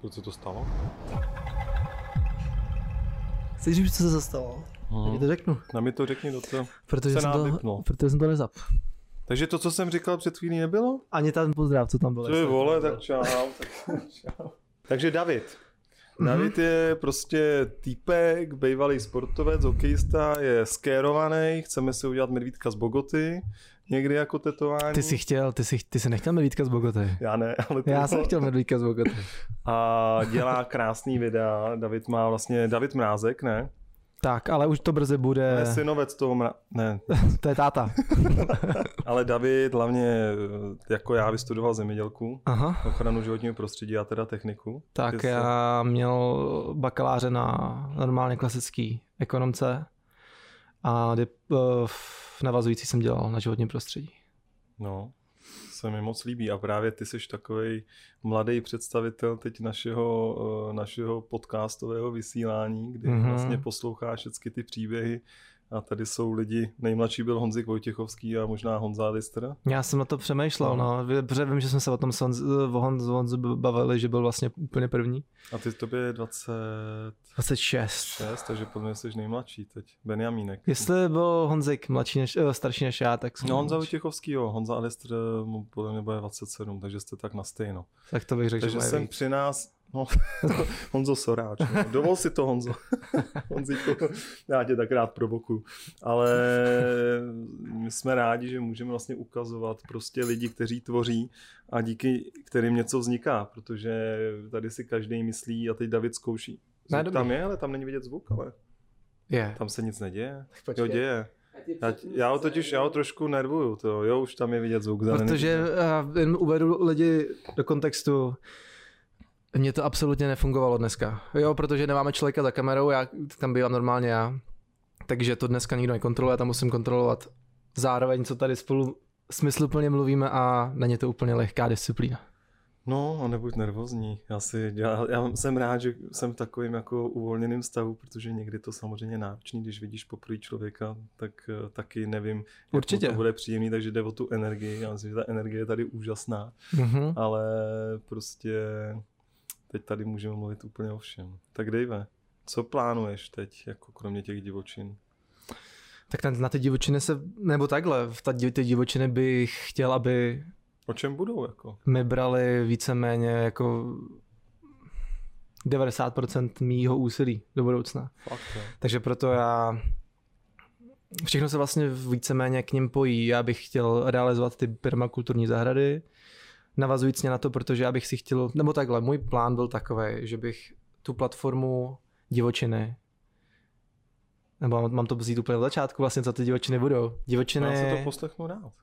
Proč se to stalo? Chceš říct, co se zastalo? Já ti to řeknu. Na mi to řekni, docela. Protože jsem to nezap. Takže to, co jsem říkal před chvílí, nebylo? Ani ten pozdrav, co tam bylo. Ty vole, tak čau. Takže David. David je prostě týpek, bývalý sportovec, hokejista, je skérovaný, chceme si udělat medvídka z Bogoty, někdy jako tetování. Ty jsi nechtěl medvídka z Bogoty. Já ne, ale Já jsem chtěl medvídka z Bogoty. A dělá krásný videa, David má vlastně, David Mrázek, ne? Tak, ale už to brzy bude... Ne, synovec toho ne. To je táta. Ale David hlavně, jako já, vystudoval zemědělku, Aha. ochranu životního prostředí a teda techniku. Tak já měl bakaláře na normálně klasický ekonomce a navazující jsem dělal na životním prostředí. No, se mi moc líbí a právě ty jsi takovej mladý představitel teď našeho podcastového vysílání, kdy vlastně posloucháš všechny ty příběhy a tady jsou lidi, nejmladší byl Honzik Vojtěchovský a možná Honza Lister. Já jsem na to přemýšlel, protože vím, že jsme se o tom s Honzu bavili, že byl vlastně úplně první. A ty tobě je 26. Takže podle mě jsi nejmladší teď, Benjamínek. Jestli byl Honzik starší než já, tak jsem... No Honza Vojtěchovský, jo, Honza Lister podle mě bude 27, takže jste tak na stejno. Tak to bych řekl, takže že jsem při nás... No, Honzo Soráč, no. Dovol si to, Honzo. Honzíku, já tě tak rád provokuju. Ale my jsme rádi, že můžeme vlastně ukazovat prostě lidi, kteří tvoří a díky kterým něco vzniká, protože tady si každý myslí a teď David zkouší. Zvuk tam je, ale tam není vidět zvuk, ale tam se nic neděje. Jo, děje. Já ho trošku nervuju, to. Jo, už tam je vidět zvuk. Protože jen uvedu lidi do kontextu. Mně to absolutně nefungovalo dneska. Jo, protože nemáme člověka za kamerou, já tam bývám normálně já. Takže to dneska nikdo nekontroluje, tam musím kontrolovat zároveň, co tady spolu smysluplně mluvíme a není to úplně lehká disciplína. No a nebuď nervózní. Já jsem rád, že jsem v takovým jako uvolněným stavu, protože někdy to samozřejmě náročný, když vidíš poprvé člověka, tak taky nevím, jak to bude příjemný, takže jde o tu energii. Já myslím, že ta energie je tady úžasná, ale prostě teď tady můžeme mluvit úplně o všem. Tak Dave, co plánuješ teď, jako kromě těch divočin? Tak na ty divočiny nebo takhle, ty divočiny bych chtěl, aby... O čem budou jako? My brali víceméně jako 90% mýho úsilí do budoucna. Fakt, takže proto všechno se vlastně víceméně k ním pojí. Já bych chtěl realizovat ty permakulturní zahrady, navazujíc na to, protože já bych si chtěl, nebo takhle, můj plán byl takový, že bych tu platformu divočiny, nebo mám to vzít úplně od začátku, vlastně co ty divočiny budou. Divočiny... Já se to poslechnu rád.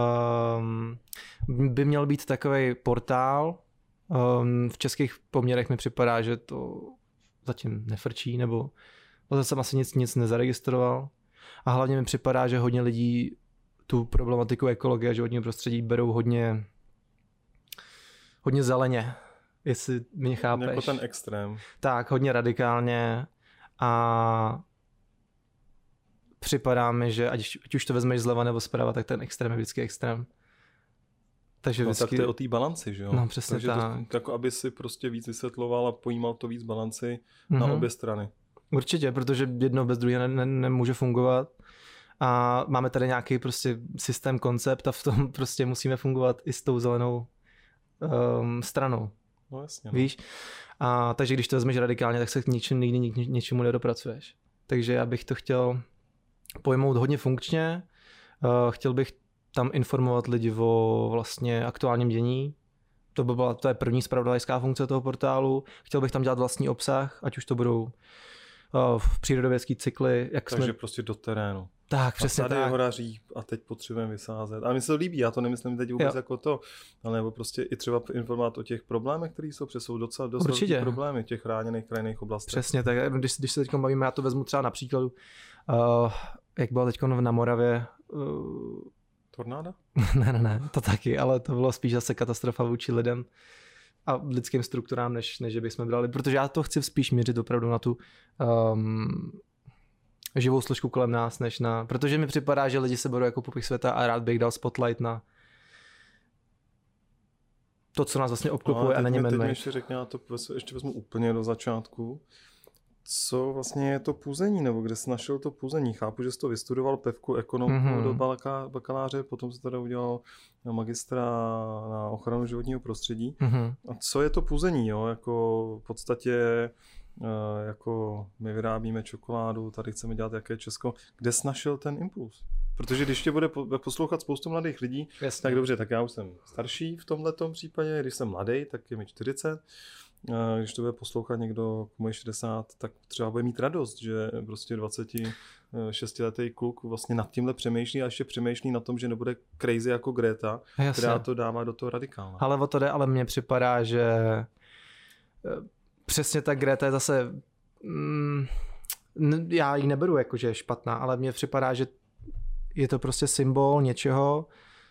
By měl být takový portál. V českých poměrech mi připadá, že to zatím nefrčí, nebo jsem asi nic nezaregistroval. A hlavně mi připadá, že hodně lidí tu problematiku ekologie a životního prostředí berou hodně zeleně, jestli mě chápeš. Jako ten extrém. Tak, hodně radikálně a připadá mi, že ať už to vezmeš zleva nebo zprava, tak ten extrém je vždycky extrém. Takže no, tak to je o té balanci, že jo? No přesně. Takže tak. Jako aby si prostě víc vysvětloval a pojímal to víc balanci na obě strany. Určitě, protože jedno bez druhého nemůže fungovat. A máme tady nějaký prostě systém, koncept a v tom prostě musíme fungovat i s tou zelenou stranou. No jasně. Víš? A takže když to vezmeš radikálně, tak se nikdy něčemu nedopracuješ. Takže já bych to chtěl pojmout hodně funkčně. Chtěl bych tam informovat lidi o vlastně aktuálním dění. To je první zpravodajská funkce toho portálu. Chtěl bych tam dělat vlastní obsah, ať už to budou v přírodovědský cykly. Takže prostě do terénu. Tak, přesně tak. A tady horaří a teď potřebujeme vysázet. A mi se to líbí, já to nemyslím teď vůbec jako to, ale nebo prostě i třeba informovat o těch problémech, které jsou docela dost velké problémy v těch chráněných krajinných oblastech. Přesně tak. Když se teď bavíme, já to vezmu třeba na příkladu, jak bylo teď na Moravě. Tornáda? Ne, to taky, ale to bylo spíš zase katastrofa vůči lidem a lidským strukturám, než že bychom brali, protože já to chci spíš měřit opravdu na tu živou složku kolem nás, protože mi připadá, že lidi se berou jako popich světa a rád bych dal spotlight to, co nás vlastně obklopuje a není teď mi man-made. ještě řekni, já to ještě vezmu úplně do začátku. Co vlastně je to puzení, nebo kde jsi našel to puzení? Chápu, že jsi to vystudoval pevku ekonomku do bakaláře, potom jsi teda udělal magistra na ochranu životního prostředí. A co je to puzení? Jo? Jako v podstatě jako my vyrábíme čokoládu, tady chceme dělat jaké Česko. Kde jsi našel ten impuls? Protože když tě bude poslouchat spoustu mladých lidí, tak dobře, tak já už jsem starší v tomhletom případě, když jsem mladý, tak je mi 40. Když to bude poslouchat někdo komu je 60, tak třeba bude mít radost, že prostě 26letý kluk vlastně nad tímhle přemýšlí a ještě přemýšlí na tom, že nebude crazy jako Greta, která to dává do toho radikálna. Ale o to jde, ale mně připadá, že přesně ta Greta je zase, já ji neberu jako, že je špatná, ale mně připadá, že je to prostě symbol něčeho,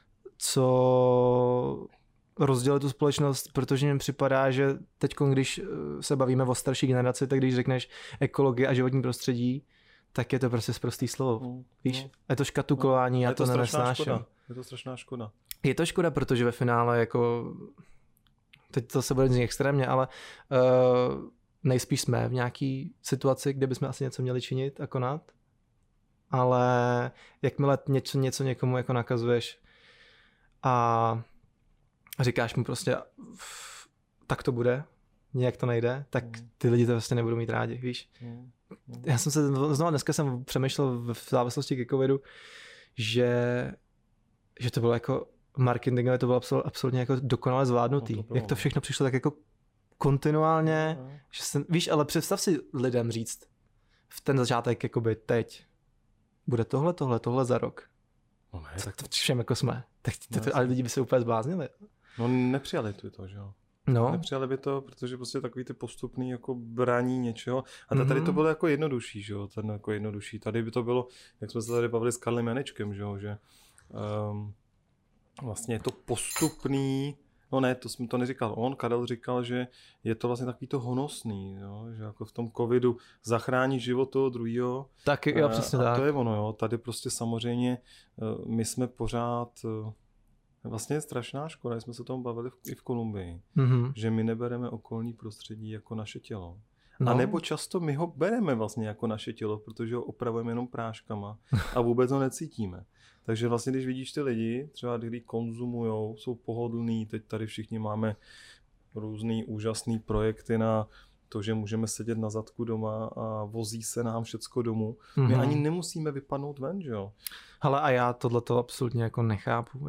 co rozdělit tu společnost, protože mi připadá, že teď, když se bavíme o starší generaci, tak když řekneš ekologie a životní prostředí, tak je to prostě sprostý slovo. Víš? Je to škatukování, já to nesnáším. Je to strašná škoda. Je to škoda, protože ve finále jako teď to se bude znít extrémně, ale nejspíš jsme v nějaký situaci, kde bychom asi něco měli činit a konat, ale jakmile něco někomu jako nakazuješ a říkáš mu prostě tak to bude, nějak to nejde, tak ty lidi to vlastně nebudou mít rádi, víš. Já jsem se znovu dneska jsem přemýšlel v závislosti ke covidu, že to bylo jako marketingově, to bylo absolutně jako dokonale zvládnutý. No to jak to všechno přišlo tak jako kontinuálně, že víš, ale představ si lidem říct v ten začátek jakoby teď bude tohle za rok. No ne, tak všem jako jsme. Tak ale lidi by se úplně zbláznili. No nepřijali to, že jo. No. Nepřijali by to, protože prostě takový ty postupný jako brání něčeho. A tady to bylo jako jednodušší, že jo, ten jako jednodušší. Tady by to bylo, jak jsme se tady bavili s Karlem Janečkem, že jo, že vlastně je to postupný, no ne, to neříkal on, Karel říkal, že je to vlastně takový to honosný, jo, že jako v tom covidu zachrání život toho druhýho. Tak jo, přesně tak. To je ono, jo, tady prostě samozřejmě my jsme pořád, vlastně je strašná škoda, jsme se o tom bavili i v Kolumbii, že my nebereme okolní prostředí jako naše tělo. No. A nebo často my ho bereme vlastně jako naše tělo, protože ho opravujeme jenom práškama a vůbec ho necítíme. Takže vlastně, když vidíš ty lidi, třeba když konzumujou, jsou pohodlní, teď tady všichni máme různý úžasný projekty na to, že můžeme sedět na zadku doma a vozí se nám všecko domů. My ani nemusíme vypadnout ven, že jo? Hele, a já tohleto absolutně jako nechápu.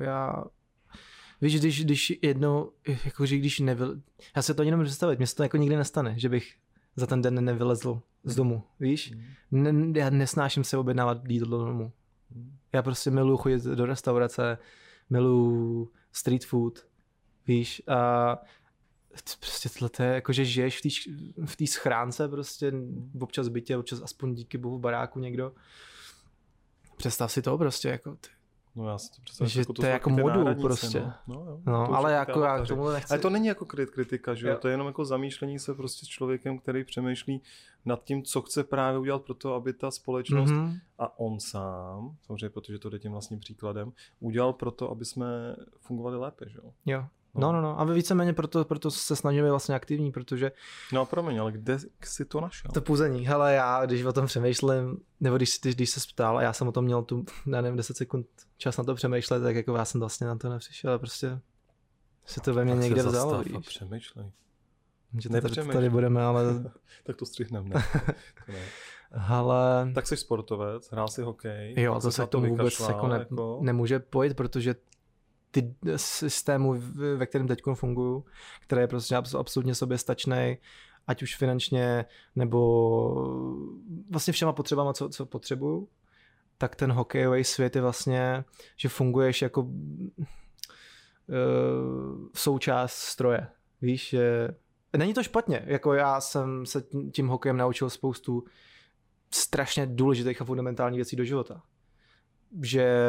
Víš, když jednou, jakože když já se to ani nemůžu představit, mně se to jako nikdy nestane, že bych za ten den nevylezl z domu, víš? Já nesnáším se objednávat jídlo do domu. Já prostě miluji chodit do restaurace, miluji street food, víš? A prostě tohle je jako, že žiješ v té schránce prostě, občas v bytě, občas aspoň díky bohu v baráku někdo. Představ si to prostě jako No já si to představím, že to je jako modul prostě. No, ale jako já k tomu nechci. Ale to není jako kritika, že jo? To je jenom jako zamýšlení se prostě s člověkem, který přemýšlí nad tím, co chce právě udělat pro to, aby ta společnost a on sám, samozřejmě, protože to jde tím vlastním příkladem, udělal pro to, aby jsme fungovali lépe, že jo? Jo. No. A víceméně proto se snažíme vlastně aktivní, protože... No promiň, ale kde jsi to našel? To puzení. Hele, já když o tom přemýšlím, nebo když se ptal a já jsem o tom měl tu, já nevím, 10 sekund čas na to přemýšlet, tak jako já jsem vlastně na to nepřišel, ale prostě se to ve mně někde vzalo. Tak přemýšlej. Že tady budeme, ale... Tak to střihneme, ne? Ale... Tak jsi sportovec, hrál si hokej. Jo, to se k tomu vůbec jako nemůže pojít, protože ty systému, ve kterém teď fungují, které je prostě absolutně soběstačný, ať už finančně, nebo vlastně všema potřebama, co potřebuju, tak ten hokejový svět je vlastně, že funguješ jako součást stroje. Víš, že není to špatně, jako já jsem se tím hokejem naučil spoustu strašně důležitých a fundamentálních věcí do života. Že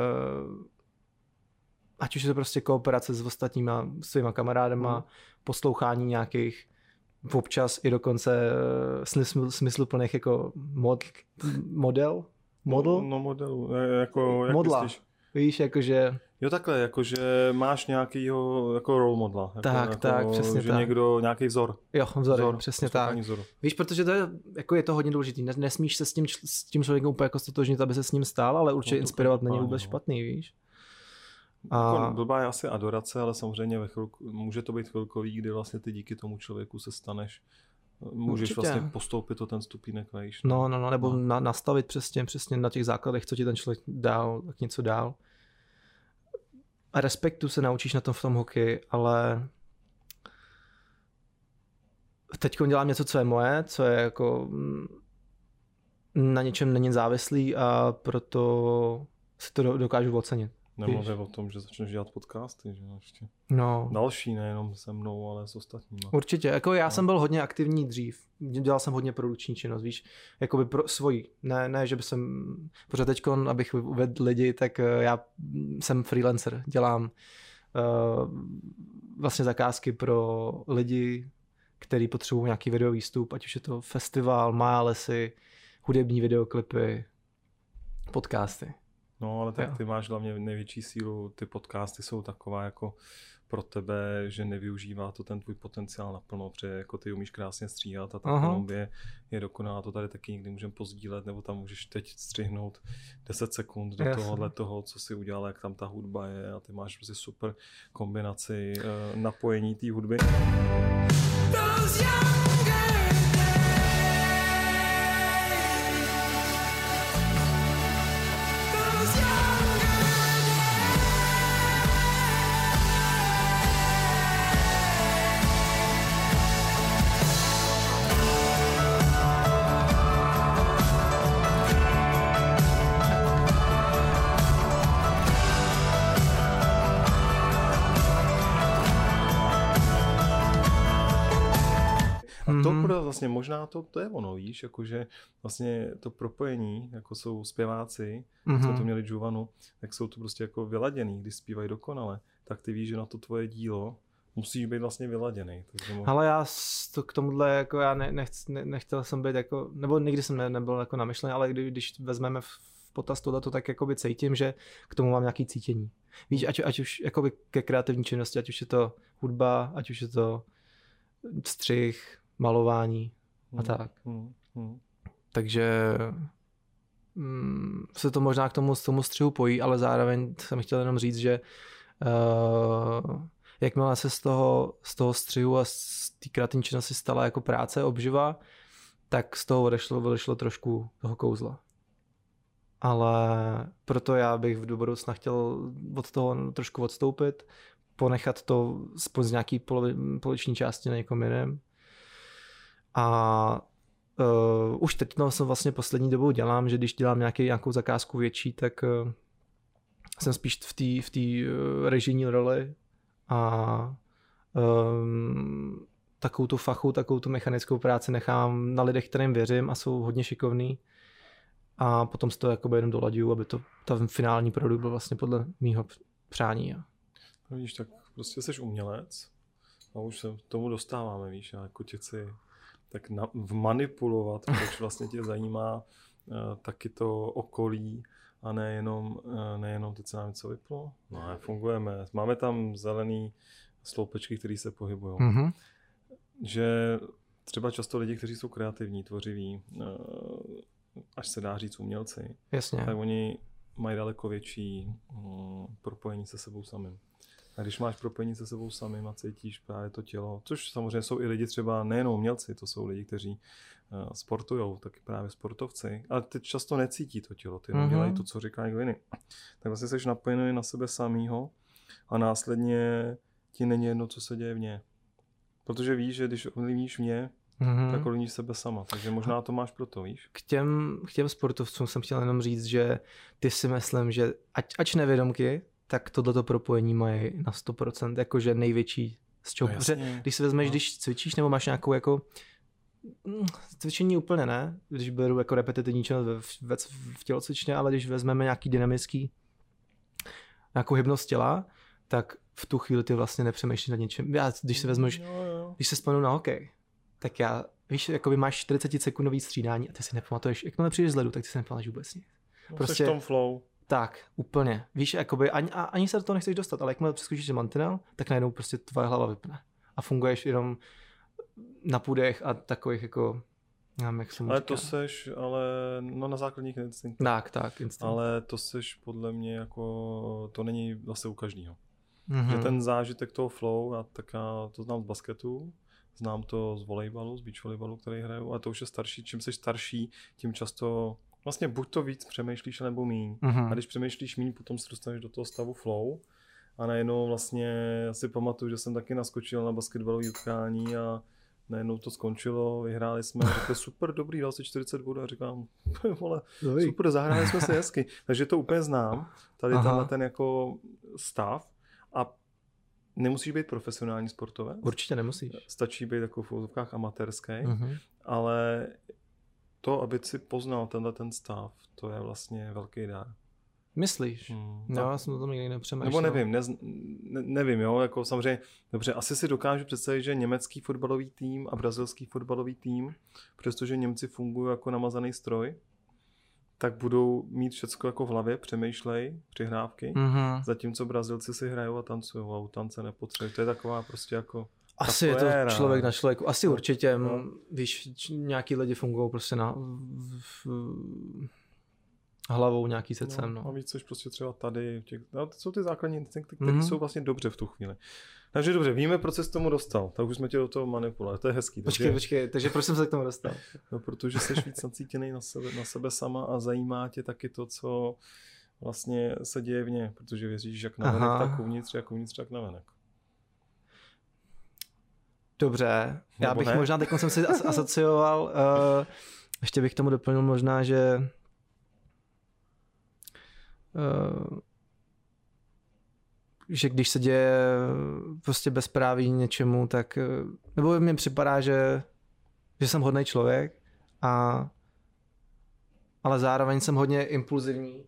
ať už je to prostě kooperace s ostatníma svýma kamarádama, poslouchání nějakých občas i dokonce smysluplných jako model? No modelu, jako jak modla. myslíš? Víš, jakože... Jo takhle, jakože máš nějakýho jako role modela. Tak, přesně že tak. někdo, nějaký vzor. Jo, vzory, přesně tak. Vzoru. Víš, protože to je to hodně důležitý. Nesmíš se s tím člověkem úplně jako stotožnit, aby se s ním stál, ale určitě inspirovat není vůbec špatný, víš. Blbá je asi adorace, ale samozřejmě může to být chvilkový, kdy vlastně ty díky tomu člověku se staneš. Můžeš určitě vlastně postoupit o ten stupínek vejš. No, nebo nastavit přesně na těch základech, co ti ten člověk dál, tak něco dál. A respektu se naučíš v tom hokeji, ale teď dělám něco, co je moje, co je jako na něčem není závislý a proto si to dokážu ocenit. Nemluvím o tom, že začneš dělat podcasty, že ještě. No. Další, nejenom se mnou, ale s ostatními. Určitě, jako já jsem byl hodně aktivní dřív. Dělal jsem hodně produkční činnost, víš, jakoby pro svoji. Ne, že by jsem, protože teďkon, abych uvedl lidi, tak já jsem freelancer, dělám vlastně zakázky pro lidi, kteří potřebují nějaký videovýstup, ať už je to festival, Majálesy, hudební videoklipy, podcasty. No, ale tak ty máš hlavně největší sílu, ty podcasty jsou taková jako pro tebe, že nevyužívá to ten tvůj potenciál naplno, protože jako ty umíš krásně stříhat a ta Kolumbie je dokonalá, to tady taky někdy můžeme pozdílet, nebo tam můžeš teď střihnout 10 sekund do toho, co si udělal, jak tam ta hudba je a ty máš prostě super kombinaci napojení té hudby. Vlastně možná to je ono, víš, jakože vlastně to propojení, jako jsou zpěváci, jsme to měli Juvanu, tak jsou to prostě jako vyladěný, když zpívají dokonale, tak ty víš, že na to tvoje dílo musíš být vlastně vyladěný. Ale já k tomuhle, jako já nechtěl jsem být jako, nebo nikdy jsem nebyl jako namyšlený, ale když vezmeme v potaz tohleto, tak jakoby cítím, že k tomu mám nějaký cítění. Víš, ať už jakoby ke kreativní činnosti, ať už je to hudba, ať už je to střih, malování a tak. Takže se to možná k tomu střihu pojí, ale zároveň jsem chtěl jenom říct, že jakmile se z toho střihu a z té kreativní činnosti stala jako práce, obživa, tak z toho odešlo trošku toho kouzla. Ale proto já bych v budoucna chtěl od toho trošku odstoupit, ponechat to z nějaký poloviční části na někom jiném. A už teď jsem vlastně poslední dobou dělám, že když dělám nějakou zakázku větší, tak jsem spíš v té režijní roli a takovou tu fachu, takovou tu mechanickou práci nechám na lidech, kterým věřím a jsou hodně šikovní a potom si to jakoby jenom dolaďuju, aby ta finální produkt byl vlastně podle mýho přání. No víš, tak prostě jsi umělec a už se k tomu dostáváme, víš, a jako tě chci tak vmanipulovat, proč vlastně tě zajímá taky to okolí a nejenom teď se nám něco vyplo. No a fungujeme. Máme tam zelený sloupečky, které se pohybují. Že třeba často lidi, kteří jsou kreativní, tvořiví, až se dá říct umělci, tak oni mají daleko větší propojení se sebou samým. A když máš propojení se sebou samým a cítíš právě to tělo, což samozřejmě jsou i lidi třeba nejenom umělci, to jsou lidi, kteří sportujou, taky právě sportovci, ale ty často necítí to tělo, ty jenom dělají to, co říká někdo jiný. Tak vlastně jsi napojený na sebe samýho a následně ti není jedno, co se děje vně. Protože víš, že když ovlivníš vně, tak ovlivníš sebe sama, takže možná to máš proto, víš? K těm sportovcům jsem chtěl jenom říct, že ty si myslím, že ač nevědomky, tak tohleto propojení mají na 100%, jakože největší z čeho. Protože když si vezmeš, když cvičíš nebo máš nějakou jako cvičení úplně ne, když beru jako repetitivní činnost v tělocvičně, ale když vezmeme nějaký dynamický, nějakou hybnost těla, tak v tu chvíli ty vlastně nepřemýšlíš nad něčím. Když si vezmeš, když se vzpomenu na hokej, tak víš, jakoby máš 40-sekundový střídání a ty si nepamatuješ, jakmile přijdeš z ledu, tak ty si nepamatuješ vůbec nic. Prostě v tom flow. Tak, úplně. Víš, jakoby ani se do toho nechceš dostat, ale jakmile přeskočíš mantinel, tak najednou prostě tvoje hlava vypne. A funguješ jenom na půdech a takových jako, nevím, jak se mu Ale říká. to seš, no na základních instinktech. Tak, instinkt. Ale to seš podle mě jako, to není zase u každého. Mm-hmm. Že ten zážitek toho flow, já to znám z basketu, znám to z volejbalu, z beach volejbalu, který hraju, ale to už je starší. Čím jsi starší, tím často vlastně buď to víc přemýšlíš, nebo míň. Mm-hmm. A když přemýšlíš míň, potom se dostaneš do toho stavu flow. A najednou vlastně si pamatuju, že jsem taky naskočil na basketbalové utkání a najednou to skončilo, vyhráli jsme, řekli super, dobrý, dal si 40 bodů a říkám, vole, super, zahráli jsme se hezky. Takže to úplně znám, tady tenhle ten jako stav a nemusíš být profesionální sportovec. Určitě nemusíš. Stačí být jako v úzovkách amatérský, ale to, aby si poznal tenhle ten stav, to je vlastně velký dar. Myslíš? No, já jsem o tom nikdy nepřemýšlel. Nebo nevím, nevím, jo, jako samozřejmě, dobře, asi si dokážu představit, že německý fotbalový tým a brazilský fotbalový tým, přestože Němci fungují jako namazaný stroj, tak budou mít všecko jako v hlavě, přemýšlej, přihrávky, zatímco Brazilci si hrajou a tancují a u tance nepotřebují. To je taková prostě jako... Asi je to člověk na člověku, asi určitě, víš, nějaký lidi fungují prostě hlavou nějaký secem. No. A víc což prostě třeba tady, to jsou ty základní instinkty, které jsou vlastně dobře v tu chvíli. Takže dobře, víme, proč jsi k tomu dostal, tak už jsme tě do toho manipulovali, to je hezký. Počkej, takže proč jsem se k tomu dostal? No, protože jsi víc nacítěný na sebe sama a zajímá tě taky to, co vlastně se děje v ně, protože věříš jak navenek, tak uvnitř, jak navenek. Dobře, já bych možná teď jsem si asocioval, ještě bych tomu doplnil možná, že když se děje prostě bezpráví něčemu, tak nebo mi připadá, že jsem hodnej člověk, ale zároveň jsem hodně impulzivní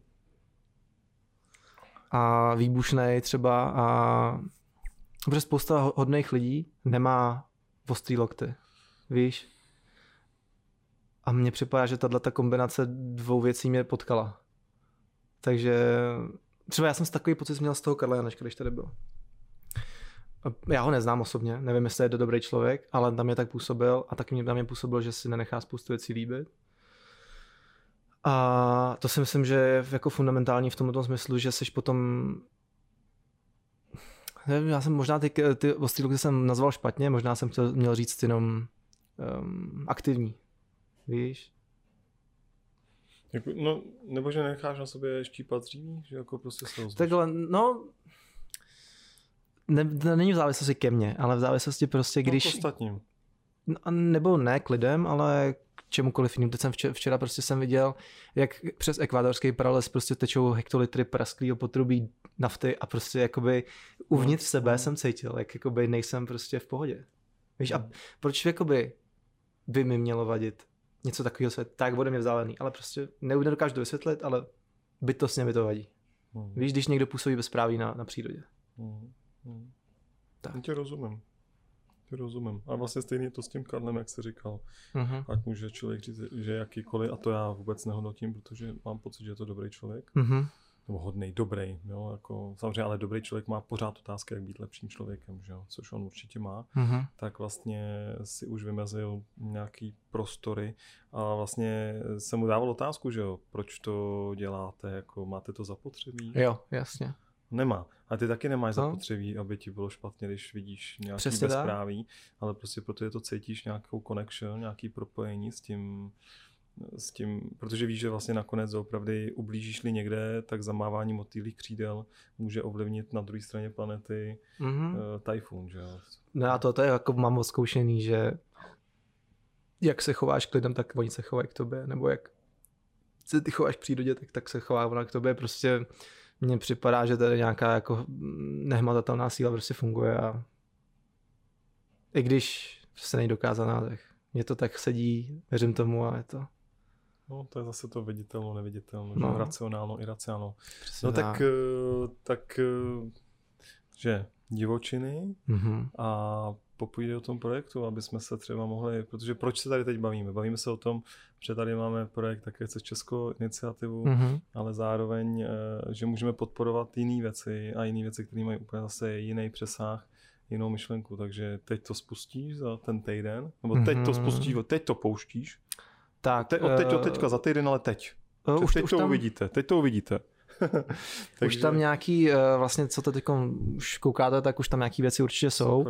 a výbušnej třeba a protože spousta hodných lidí nemá ostrý lokty, víš? A mně připadá, že tato kombinace dvou věcí mě potkala. Takže třeba já jsem takový pocit měl z toho Karla Janečka, když tady byl. Já ho neznám osobně, nevím, jestli je to dobrý člověk, ale tam mě tak působil a taky tam mě působil, že si nenechá spoustu věcí líbit. A to si myslím, že je jako fundamentální v tomto smyslu, že jsi potom... Nevím, já jsem možná ty ostrý lokty jsem nazval špatně, možná jsem měl říct jenom aktivní, víš? No, nebo že necháš na sobě štípat dříví, že jako prostě se ozvíš. Takhle, no, není v závislosti ke mně, ale v závislosti prostě, když... No k ostatním. Nebo ne k lidem, ale k čemukoliv jiným. Teď jsem včera prostě jsem viděl, jak přes ekvádorský prales prostě tečou hektolitry prasklýho potrubí nafty a prostě jakoby uvnitř sebe jsem cítil, jak jakoby nejsem prostě v pohodě. Víš, a proč jakoby by mi mělo vadit něco takového svět, tak ode mě vzdálený, ale prostě nedokážu to vysvětlit, ale bytostně mi to vadí. Víš, když někdo působí bezpráví na přírodě. Tak. Tě rozumím. A vlastně stejně to s tím Karlem, jak jsi říkal. Ať může člověk říct, že jakýkoliv, a to já vůbec nehodnotím, protože mám pocit, že je to dobrý člověk. Nebo hodnej, dobrý, jo, jako samozřejmě, ale dobrý člověk má pořád otázky, jak být lepším člověkem, že jo, což on určitě má, tak vlastně si už vymezil nějaký prostory a vlastně se mu dával otázku, že jo, proč to děláte, jako máte to zapotřebí? Jo, jasně. Nemá. A ty taky nemáš zapotřebí, aby ti bylo špatně, když vidíš nějaký bezpráví, ale prostě protože to cítíš nějakou connection, nějaký propojení s tím, protože víš, že vlastně nakonec opravdu ublížíš-li někde, tak zamávání motýlích křídel může ovlivnit na druhé straně planety tajfun, že jo. No a to je jako mám odzkoušený, že jak se chováš k lidem, tak oni se chovají k tobě, nebo jak se ty chováš k přírodě, tak se chová ona k tobě, prostě mně připadá, že tady nějaká jako nehmatatelná síla prostě funguje a i když se není dokázaná, tak mě to tak sedí, věřím tomu a je to. No, to je zase to viditelno, neviditelno, že racionálno, iracionálno. Přesně no tak že divočiny a popovídat o tom projektu, aby jsme se třeba mohli, protože proč se tady teď bavíme? Bavíme se o tom, že tady máme projekt také přes Českou iniciativu, ale zároveň, že můžeme podporovat jiné věci a jiné věci, které mají úplně zase jiný přesah, jinou myšlenku, takže teď to spustíš za ten týden, nebo teď to spustíš, teď to pouštíš, tak, od teďka za týden, ale teď. Teď to uvidíte. Už tam nějaký, vlastně co to teď už koukáte, tak už tam nějaký věci určitě jsou.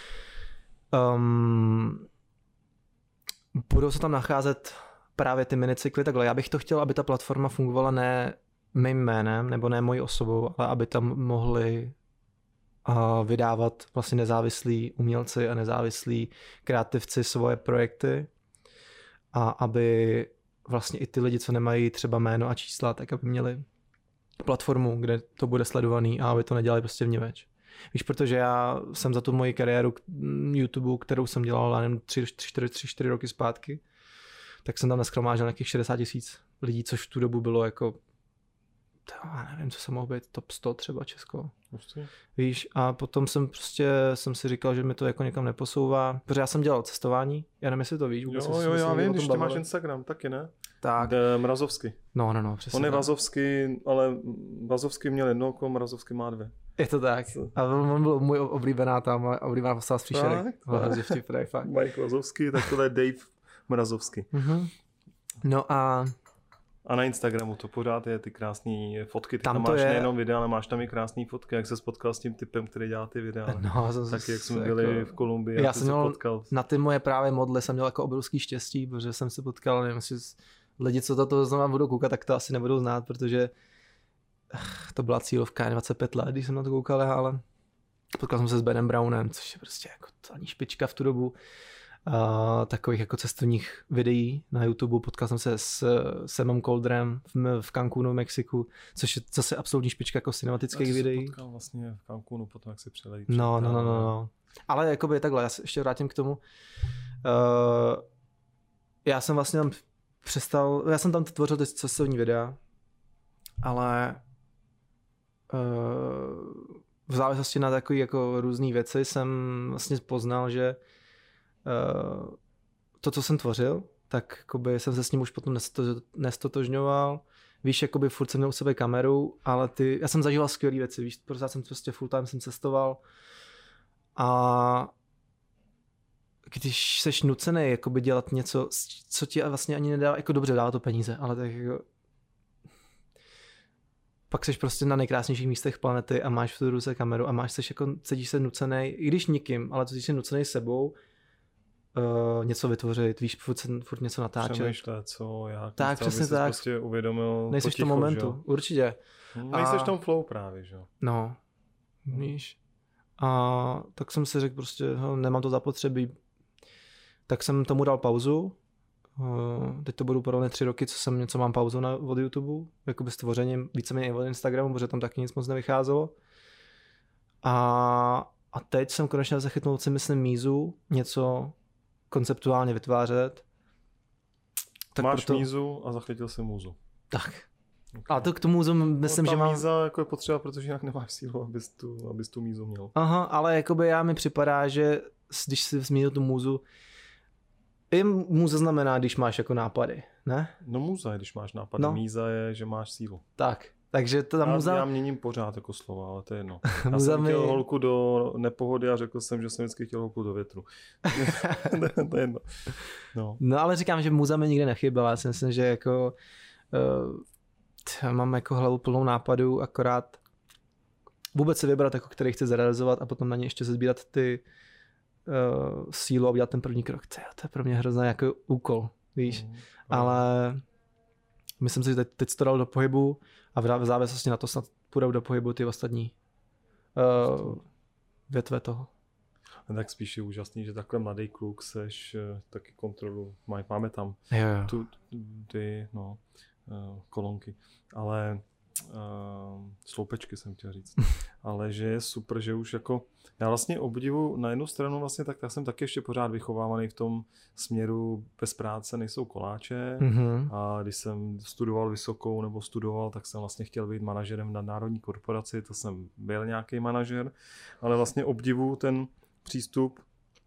Budou se tam nacházet právě ty minicykly, takhle. Já bych to chtěl, aby ta platforma fungovala ne mým jménem, nebo ne mojí osobou, ale aby tam mohli vydávat vlastně nezávislí umělci a nezávislí kreativci svoje projekty a aby vlastně i ty lidi, co nemají třeba jméno a čísla, tak aby měli platformu, kde to bude sledovaný a aby to nedělali prostě vniveč. Víš, protože já jsem za tu moji kariéru YouTube, kterou jsem dělal nevím, 3-4 roky zpátky, tak jsem tam nashromáždil nějakých 60 000 lidí, což v tu dobu bylo jako, já nevím, co se mohlo být, top 100 třeba Česko. Víš, a potom jsem si říkal, že mi to jako někam neposouvá, protože já jsem dělal cestování, já nevím, jestli to víš. Jo, já vím, když ty máš Instagram, taky ne? Tak. Mrazovský. No, přesně. On je Vazovský, ale Vazovský měl jedno oko, Mrazovský má 2. Je to tak. A on byl můj oblíbená postava z Příšerek. Hrozně vtipný, fakt. Mike Vazovský, tak tohle je Dave Mrazovský. No a na Instagramu to pořád je ty krásné fotky. Ty tam máš nejenom videa, ale máš tam i krásné fotky, jak se spotkal s tím typem, který dělá ty videa. Tak jak jsme byli v Kolumbii. Já jsem měl na ty moje právě modly jsem měl jako obrovský štěstí, protože jsem se potkal, nevím, jestli lidi, co to znovu budou koukat, tak to asi nebudou znát, protože to byla cílovka 25 let, když jsem na to koukal, ale potkal jsem se s Benem Brownem, což je prostě jako totální špička v tu dobu. Takových jako cestovních videí na YouTube. Potkal jsem se s Samem Coldrem v Cancúnu v Mexiku, což je zase absolutní špička jako cinematických videí. Potkal vlastně v Cancúnu potom, jak se přelejít. No. Ale jakoby takhle, já se ještě vrátím k tomu. Já jsem vlastně tam já jsem tam tvořil ty cestovní videa, ale v závislosti na takové jako různé věci jsem vlastně poznal, že to, co jsem tvořil, tak jakoby jsem se s ním už potom nestotožňoval. Víš, jakoby furt jsem měl u sebe kameru, ale já jsem zažíval skvělé věci, víš, protože já jsem prostě full time jsem cestoval a když seš nucený jakoby dělat něco, co ti vlastně ani nedá, jako dobře, dává to peníze, ale tak jako pak seš prostě na nejkrásnějších místech planety a máš v tu ruce kameru a cítíš se nucený, i když nikým, ale cítíš se nucený sebou něco vytvořit, víš, furt něco natáčet. Přemýšlet, jak. Tak, přesně tak. Prostě uvědomil nejseš v tom momentu, že? Určitě. Nejseš v tom flow právě, že? No, víš. A tak jsem si řekl prostě, nemám to zapotřebí. Tak jsem tomu dal pauzu. Teď to budou podobně 3 roky, co mám pauzu od YouTube, jakoby s tvořením víceméně od Instagramu, protože tam taky nic moc nevycházelo. A teď jsem konečně zachytnul si myslím mízu, něco konceptuálně vytvářet. Tak máš mízu a zachytil si můzu. Tak. Okay. Ale to k tomu můzu myslím, že mám... míza jako je potřeba, protože jinak nemáš sílu, abys tu mízu měl. Aha, ale jakoby mi připadá, že když si zmínil tu můzu, i můza znamená, když máš jako nápady, ne? No můza je, když máš nápady. No. Míza je, že máš sílu. Tak. Takže ta můza... Já měním pořád jako slova, ale to je jedno. Já jsem chtěl holku do nepohody a řekl jsem, že jsem vždycky chtěl holku do větru. To je jedno. No ale říkám, že můza mi nikdy nechyběla. Já si myslím, že jako mám jako hlavu plnou nápadů, akorát vůbec si vybrat, jako který chci zrealizovat a potom na ně ještě sbírat ty sílu a udělat ten první krok. To je pro mě hrozný jako úkol, víš. Ale myslím si, že teď to dal do pohybu a v závislosti na to snad půjdou do pohybu ty ostatní větve toho. A tak spíš je úžasný, že takhle mladý kluk seš taky kontrolu. Máme tam ty kolonky, ale sloupečky jsem chtěl říct. Ale že je super, že už jako já vlastně obdivu na jednu stranu vlastně tak jsem taky ještě pořád vychovávaný v tom směru bez práce nejsou koláče a když jsem studoval vysokou nebo studoval, tak jsem vlastně chtěl být manažerem v nadnárodní korporaci, to jsem byl nějaký manažer, ale vlastně obdivu ten přístup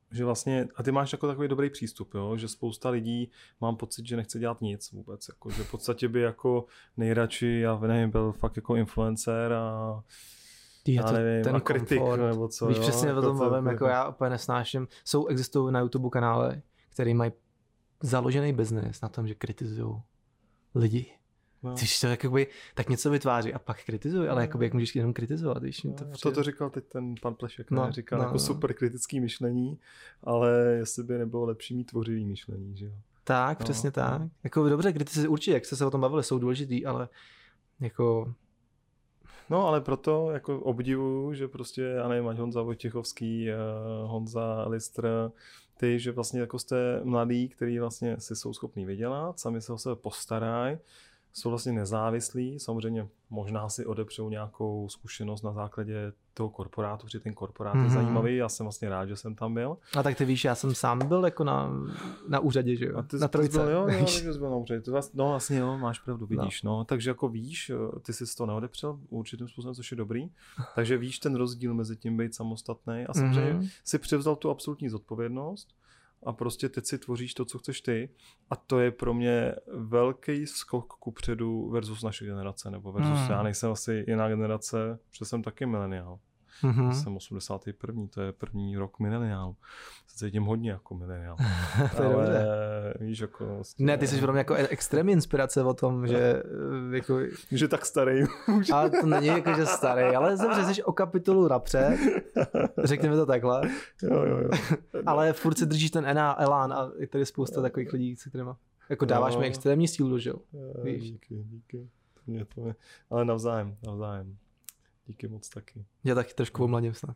že vlastně, a ty máš jako takový dobrý přístup, jo? Že spousta lidí mám pocit, že nechce dělat nic vůbec, jako, že v podstatě by jako nejradši, já nevím, byl fakt jako influencer a já nevím, ten a kritik komfort. nebo co. Víš, jo? přesně jako o tom mluvím, jako já úplně nesnáším. Existují na YouTube kanály, který mají založený biznes na tom, že kritizují lidi. No. Když to jakoby, tak něco vytváří a pak kritizují, ale jakoby, jak můžeš jenom kritizovat, víš? To říkal teď ten pan Plešek, ne? Říkal jako super kritický myšlení, ale jestli by nebylo lepší mít tvořivý myšlení, že jo? Tak, přesně tak. Jako dobře, kritici určitě, jak jste se o tom bavili, jsou důležitý, ale jako... No, ale proto jako obdivuju, že prostě, já nevím, ať Honza Vojtěchovský, Honza Listr, ty, že vlastně jako jste mladí, který vlastně si jsou schopní vydělat, sami se o sebe postarají, jsou vlastně nezávislí, samozřejmě možná si odepřou nějakou zkušenost na základě toho korporátu, protože ten korporát je zajímavý, já jsem vlastně rád, že jsem tam byl. A tak ty víš, já jsem sám byl jako na úřadě, že jo? A ty na Trojce. Jsi byl na úřadě. No vlastně jo, máš pravdu, vidíš. No. Takže jako víš, ty jsi to neodepřel určitým způsobem, což je dobrý. Takže víš ten rozdíl mezi tím být samostatný a samozřejmě si převzal tu absolutní zodpovědnost a prostě teď si tvoříš to, co chceš ty. A to je pro mě velký skok kupředu versus naše generace, nebo versus já nejsem asi jiná generace, protože jsem taky mileniál. Jsem 81. To je první rok mileniálu. Se cítím hodně jako mileniál. Ale víš, jako... Vlastně, ne, ty jsi pro mě jako extrémní inspirace o tom, že jako... Že tak starý. Ale to není jako, že starý, ale dobře, jsi o kapitolu napřed. Řekněme to takhle. Jo. Ale furt se držíš ten elán a je tady spousta takových lidí, se kterýma... Jako dáváš mi extrémní sílu, že jo? Díky. To je... Ale navzájem. Díky moc taky. Já taky trošku omladím snad.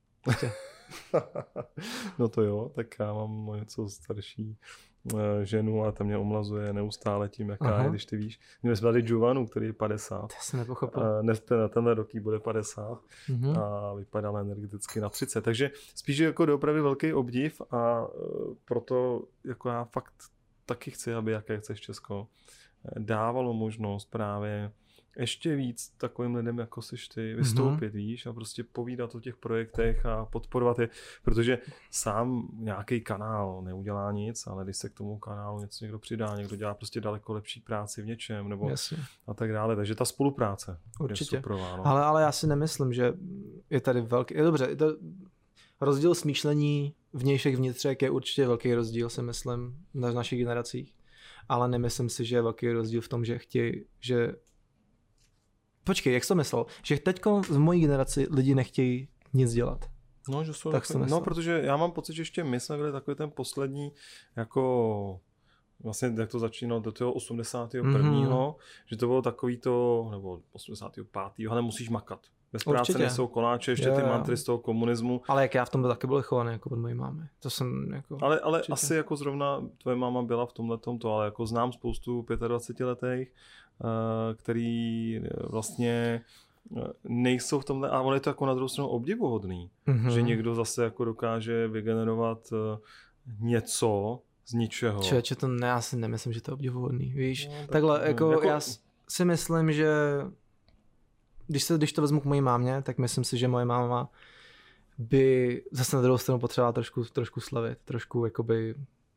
No to jo, tak já mám něco starší ženu a ta mě omlazuje neustále tím, jaká je, když ty víš. Měli jsme tady Giovanu, který je 50. To jsem nepochopil. Tenhle rok bude 50 a vypadá energeticky na 30. Takže spíš jako doopravdy velký obdiv a proto jako já fakt taky chci, aby Jaké chceš Česko dávalo možnost právě ještě víc takovým lidem, jako seš ty, vystoupit, víš, a prostě povídat o těch projektech a podporovat je, protože sám nějaký kanál neudělá nic, ale když se k tomu kanálu něco někdo přidá, někdo dělá prostě daleko lepší práci v něčem, nebo a tak dále, takže ta spolupráce určitě je superová. No. Ale já si nemyslím, že je tady velký, je to rozdíl smýšlení vnějšek vnitřek je určitě velký rozdíl, si myslím, na našich generacích, ale nemyslím si, že je velký rozdíl v tom, že chtějí, že počkej, jak jsi to myslel? Že teďko v mojí generaci lidi nechtějí nic dělat. No, že jsou no, protože já mám pocit, že ještě my jsme byli takový ten poslední, jako vlastně jak to začínalo do toho 81. Že to bylo takový to, nebo 85. ale musíš makat. Bez práce nejsou koláče, ještě ty mantry z toho komunismu. Ale jak já v tom taky byl chovaný jako od mojí mámy. To jsem jako... Ale asi jako zrovna tvoje máma byla v tomhletom to, ale jako znám spoustu 25letých, který vlastně nejsou v tomhle, a on je to jako na druhou stranu obdivuhodný, že někdo zase jako dokáže vygenerovat něco z ničeho. Člověče, já si nemyslím, že to je obdivuhodný, víš. No, takhle, jako já si myslím, že když to vezmu k mojí mámě, tak myslím si, že moje máma by zase na druhou stranu potřebovala trošku slavit, trošku jakoby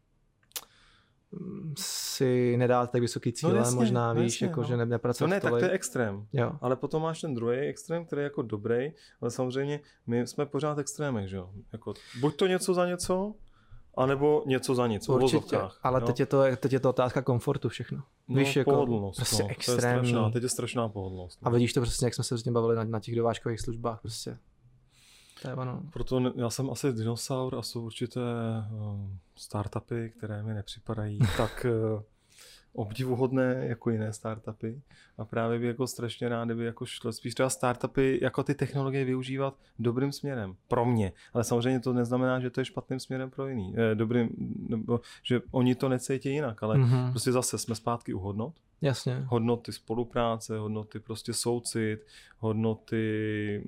si nedát tak vysoký cíle, jasně, možná, víš, jako, že nepracovat. No ne, tak to je extrém. Jo. Ale potom máš ten druhý extrém, který je jako dobrý, ale samozřejmě my jsme pořád extrémech, že jo. Jako, buď to něco za něco, anebo něco za nic. Určitě, ale teď je to otázka komfortu všechno. No, víš, jako pohodlnost, prostě extrémní. Teď je strašná pohodlnost. A vidíš to přesně, jak jsme se s tím bavili na těch dovážkových službách, prostě. To je ono. Proto já jsem asi dinosaur a jsou určité startupy, které mi nepřipadají tak obdivuhodné jako jiné startupy. A právě by jako strašně rád, kdyby jako šlo spíš třeba startupy jako ty technologie využívat dobrým směrem. Pro mě. Ale samozřejmě to neznamená, že to je špatným směrem pro jiný. Dobrým, nebo, že oni to necítí jinak, ale prostě zase jsme zpátky u hodnot. Jasně. Hodnoty spolupráce, hodnoty prostě soucit, hodnoty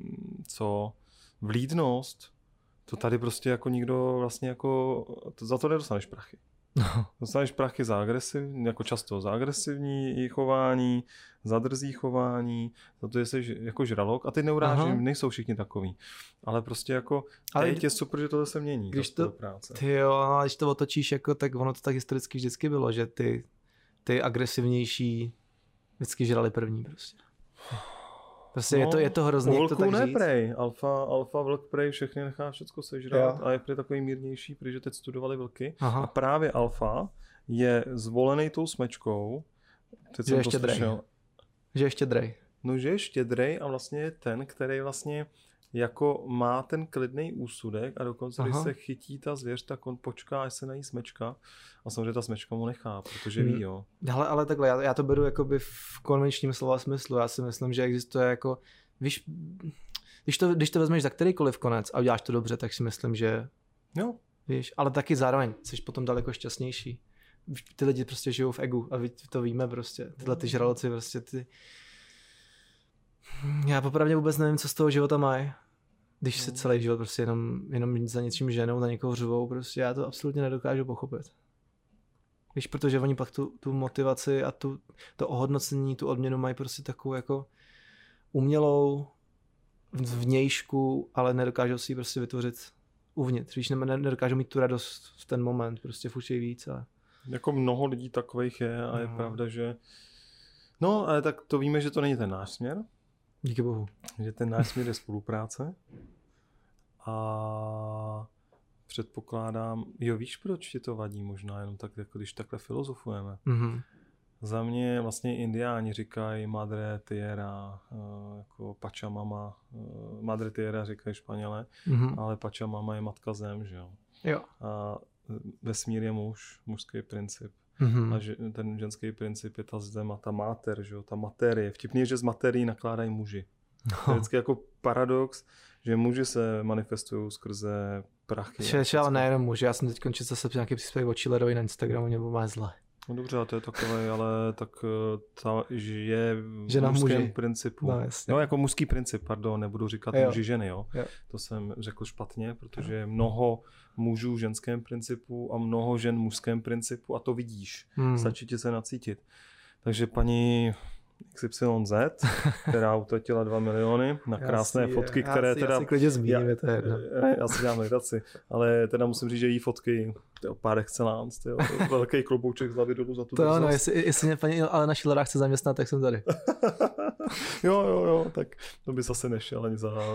vlídnost. To tady prostě jako nikdo vlastně jako, za to nedostaneš prachy. Dostaneš prachy za agresivní, jako často za agresivní chování, za drzí chování, za to, že jsi jako žralok. A teď neurážím, nejsou všichni takový. Ale prostě jako teď je super, že tohle se mění. Když to práce. Ty jo, když to otočíš, jako, tak ono to tak historicky vždycky bylo, že ty agresivnější vždycky žrali první prostě. Prostě je to hrozný, jak to tak říct. Prej. Alfa vlk prej všechny nechá všecko sežrat a je prej takový mírnější, protože teď studovali vlky. Aha. A právě alfa je zvolený tou smečkou. Teď že je štědrej. No, že je štědrej a vlastně je ten, který vlastně jako má ten klidný úsudek a dokonce, když se chytí ta zvěř, tak on počká, až se nají smečka a samozřejmě ta smečka mu nechá, protože ví, jo. Ale takhle, já to beru jakoby v konvenčním slova smyslu, já si myslím, že existuje jako, víš, když to vezmeš za kterýkoliv konec a uděláš to dobře, tak si myslím, že jo. Víš, ale taky zároveň jsi potom daleko šťastnější. Ty lidi prostě žijou v egu a to víme prostě, tyhle ty žraloci prostě Já popravdě vůbec nevím, co z toho života mají. Když se celý život prostě jenom za něčím ženou, na někoho řvou, prostě já to absolutně nedokážu pochopit. Víš, protože oni pak tu motivaci a to ohodnocení, tu odměnu mají prostě takovou jako umělou vnějšku, ale nedokážou si ji prostě vytvořit uvnitř. Víš, nedokážou mít tu radost v ten moment, prostě fučej víc. Ale... Jako mnoho lidí takových je a je pravda, že no, ale tak to víme, že to není ten náš směr. Díky bohu. Že ten náš směr je spolupráce a předpokládám, víš, proč ti to vadí možná, jenom tak, jako když takhle filozofujeme. Mm-hmm. Za mě vlastně indiáni říkají Madre Tierra, jako Pachamama, Madre Tierra říkají Španělé, ale Pachamama je matka zem, že jo. A vesmír je mužský princip. A ten ženský princip je ta zem a ta máter, že jo, ta materie. Vtipný je, že z materií nakládají muži. To je vždycky jako paradox, že muži se manifestují skrze prachy. Ale nejenom muži, já jsem teď končil zase nějaký příspěvek o Chillerovi na Instagramu, nebo má zle. No dobře, a to je takové, ale tak ta je v mužském principu. No jako mužský princip, pardon, nebudu říkat muži ženy, jo. To jsem řekl špatně, protože je mnoho mužů v ženském principu a mnoho žen v mužském principu a to vidíš. Stačí ti se nacítit. Takže paní XYZ, která utratila 2 miliony na krásné fotky, které teda... Já si klidně zmíním, to je jedno. Já si dělám legraci, ale teda musím říct, že její fotky, par excellence, velký klobouček z hlavy dolů za tu drzost. No, jestli mě paní Alena Schillerová chce zaměstnat, tak jsem tady. jo, tak to by zase nešel ani za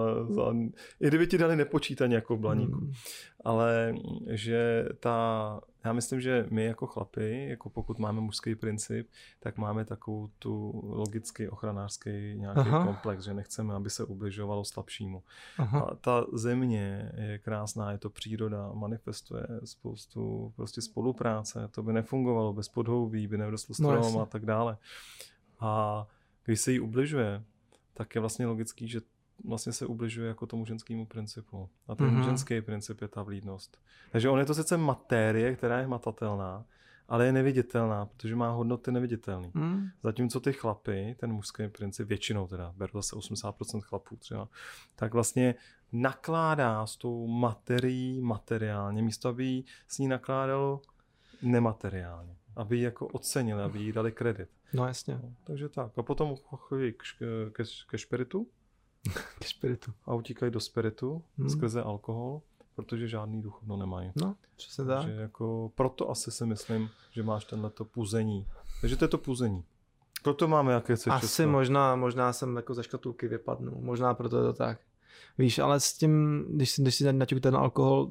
i kdyby ti dali nepočítaně jako blaníku. Ale že já myslím, že my jako chlapi, jako pokud máme mužský princip, tak máme takovou tu logicky ochranářský nějaký komplex, že nechceme, aby se ubližovalo slabšímu. A ta země je krásná, je to příroda, manifestuje spoustu prostě spolupráce, to by nefungovalo bez podhoubí, by nevyrostl strom a tak dále. A když se jí ubližuje, tak je vlastně logický, že vlastně se ubližuje jako tomu ženskému principu. A ten ženský princip je ta vlídnost. Takže on je to sice materie, která je hmatatelná, ale je neviditelná, protože má hodnoty neviditelný. Zatímco ty chlapy, ten mužský princip, většinou teda, beru zase 80% chlapů třeba, tak vlastně nakládá s tou materií materiálně, místo aby jí s ní nakládalo nemateriálně. Aby ji jako ocenili, aby jí dali kredit. No jasně. Takže tak. A potom chodí ke špiritu. Ke špiritu. A utíkají do spiritu skrze alkohol, protože žádný duchovno nemají. No, přesně tak. Takže jako proto asi si myslím, že máš tenhleto puzení. Takže to je to puzení. Proto máme jakési asi možná jsem jako ze škatulky vypadnu. Možná proto je to tak. Víš, ale s tím, když si naťuk ten alkohol,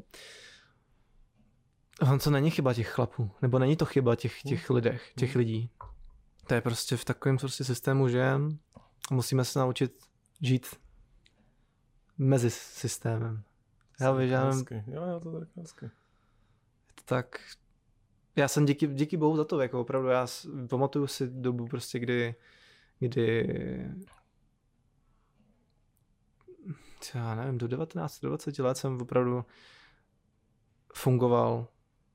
to není chyba těch chlapů. Nebo není to chyba těch lidech, těch lidí. To je prostě v takovém prostě systému, že musíme se naučit žít mezi systémem. Jo, to je krásky. Tak já jsem díky bohu za to, jako opravdu, já pamatuju si dobu prostě, kdy já nevím, do 19, do 20 let jsem opravdu fungoval.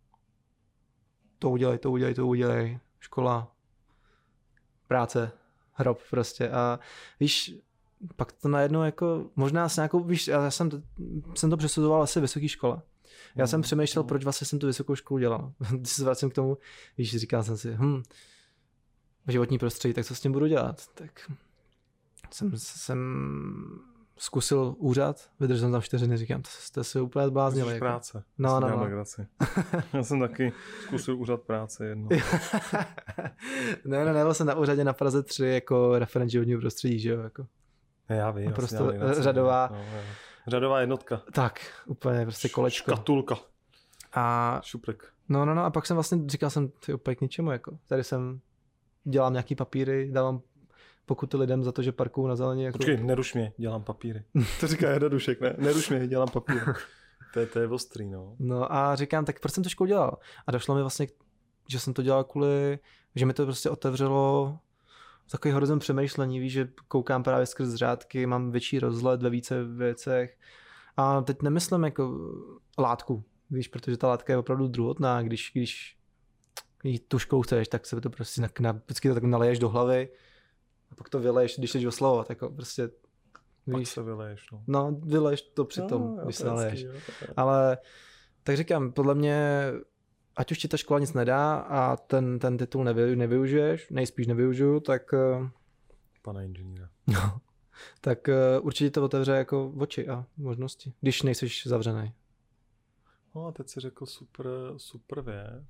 To udělej, škola, práce, hrob prostě a víš, pak to najednou jako, možná s nějakou, víš, já jsem to přesudoval asi vysoké škole Já jsem přemýšlel, proč vlastně jsem tu vysokou školu dělal. Když se vracím k tomu, víš, říkal jsem si, životní prostředí, tak co s tím budu dělat? Tak jsem zkusil úřad, vydržel jsem tam 4 dny, říkám, to jste se úplně zbláznili. Jako. Práce. No. Já jsem taky zkusil úřad práce jednou. Nebyl jsem na úřadě na Praze 3 jako referent životního prostředí, že jo? Jako. Já vím. Prostě řadová. No. Řadová jednotka. Tak, úplně prostě kolečko. Škatulka. A šuplek. No a pak jsem vlastně říkal jsem, ty úplně k ničemu, jako. Tady dělám nějaký papíry, dávám pokuty lidem za to, že parkují na zeleně. Jako... Počkej, neruš mě, dělám papíry. To říká Jednodušek, ne? Neruš mě, dělám papíry. To je ostrý, no. No a říkám, tak proč jsem to školu dělal? A došlo mi vlastně, že jsem to dělal kvůli, že mi to prostě otevřelo takový horizont přemýšlení, víš, že koukám právě skrz řádky, mám větší rozhled ve více věcech. A teď nemyslím jako látku, víš, protože ta látka je opravdu druhotná, když tu školu chceš, tak se to prostě vždycky to tak naleješ do hlavy a pak to vyleješ, když jdeš oslavovat, jako prostě víš. Pak se vyleješ, no. No, vyleješ to přitom, když se naleješ. Ale tak říkám, podle mě, ať už ti ta škola nic nedá a ten titul nevyužiješ, nejspíš nevyužiju, tak... Pana inženýra. No, tak určitě to otevře jako oči a možnosti, když nejseš zavřený. No a teď jsi řekl super věc,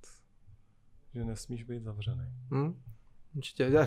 že nesmíš být zavřený. Určitě. Já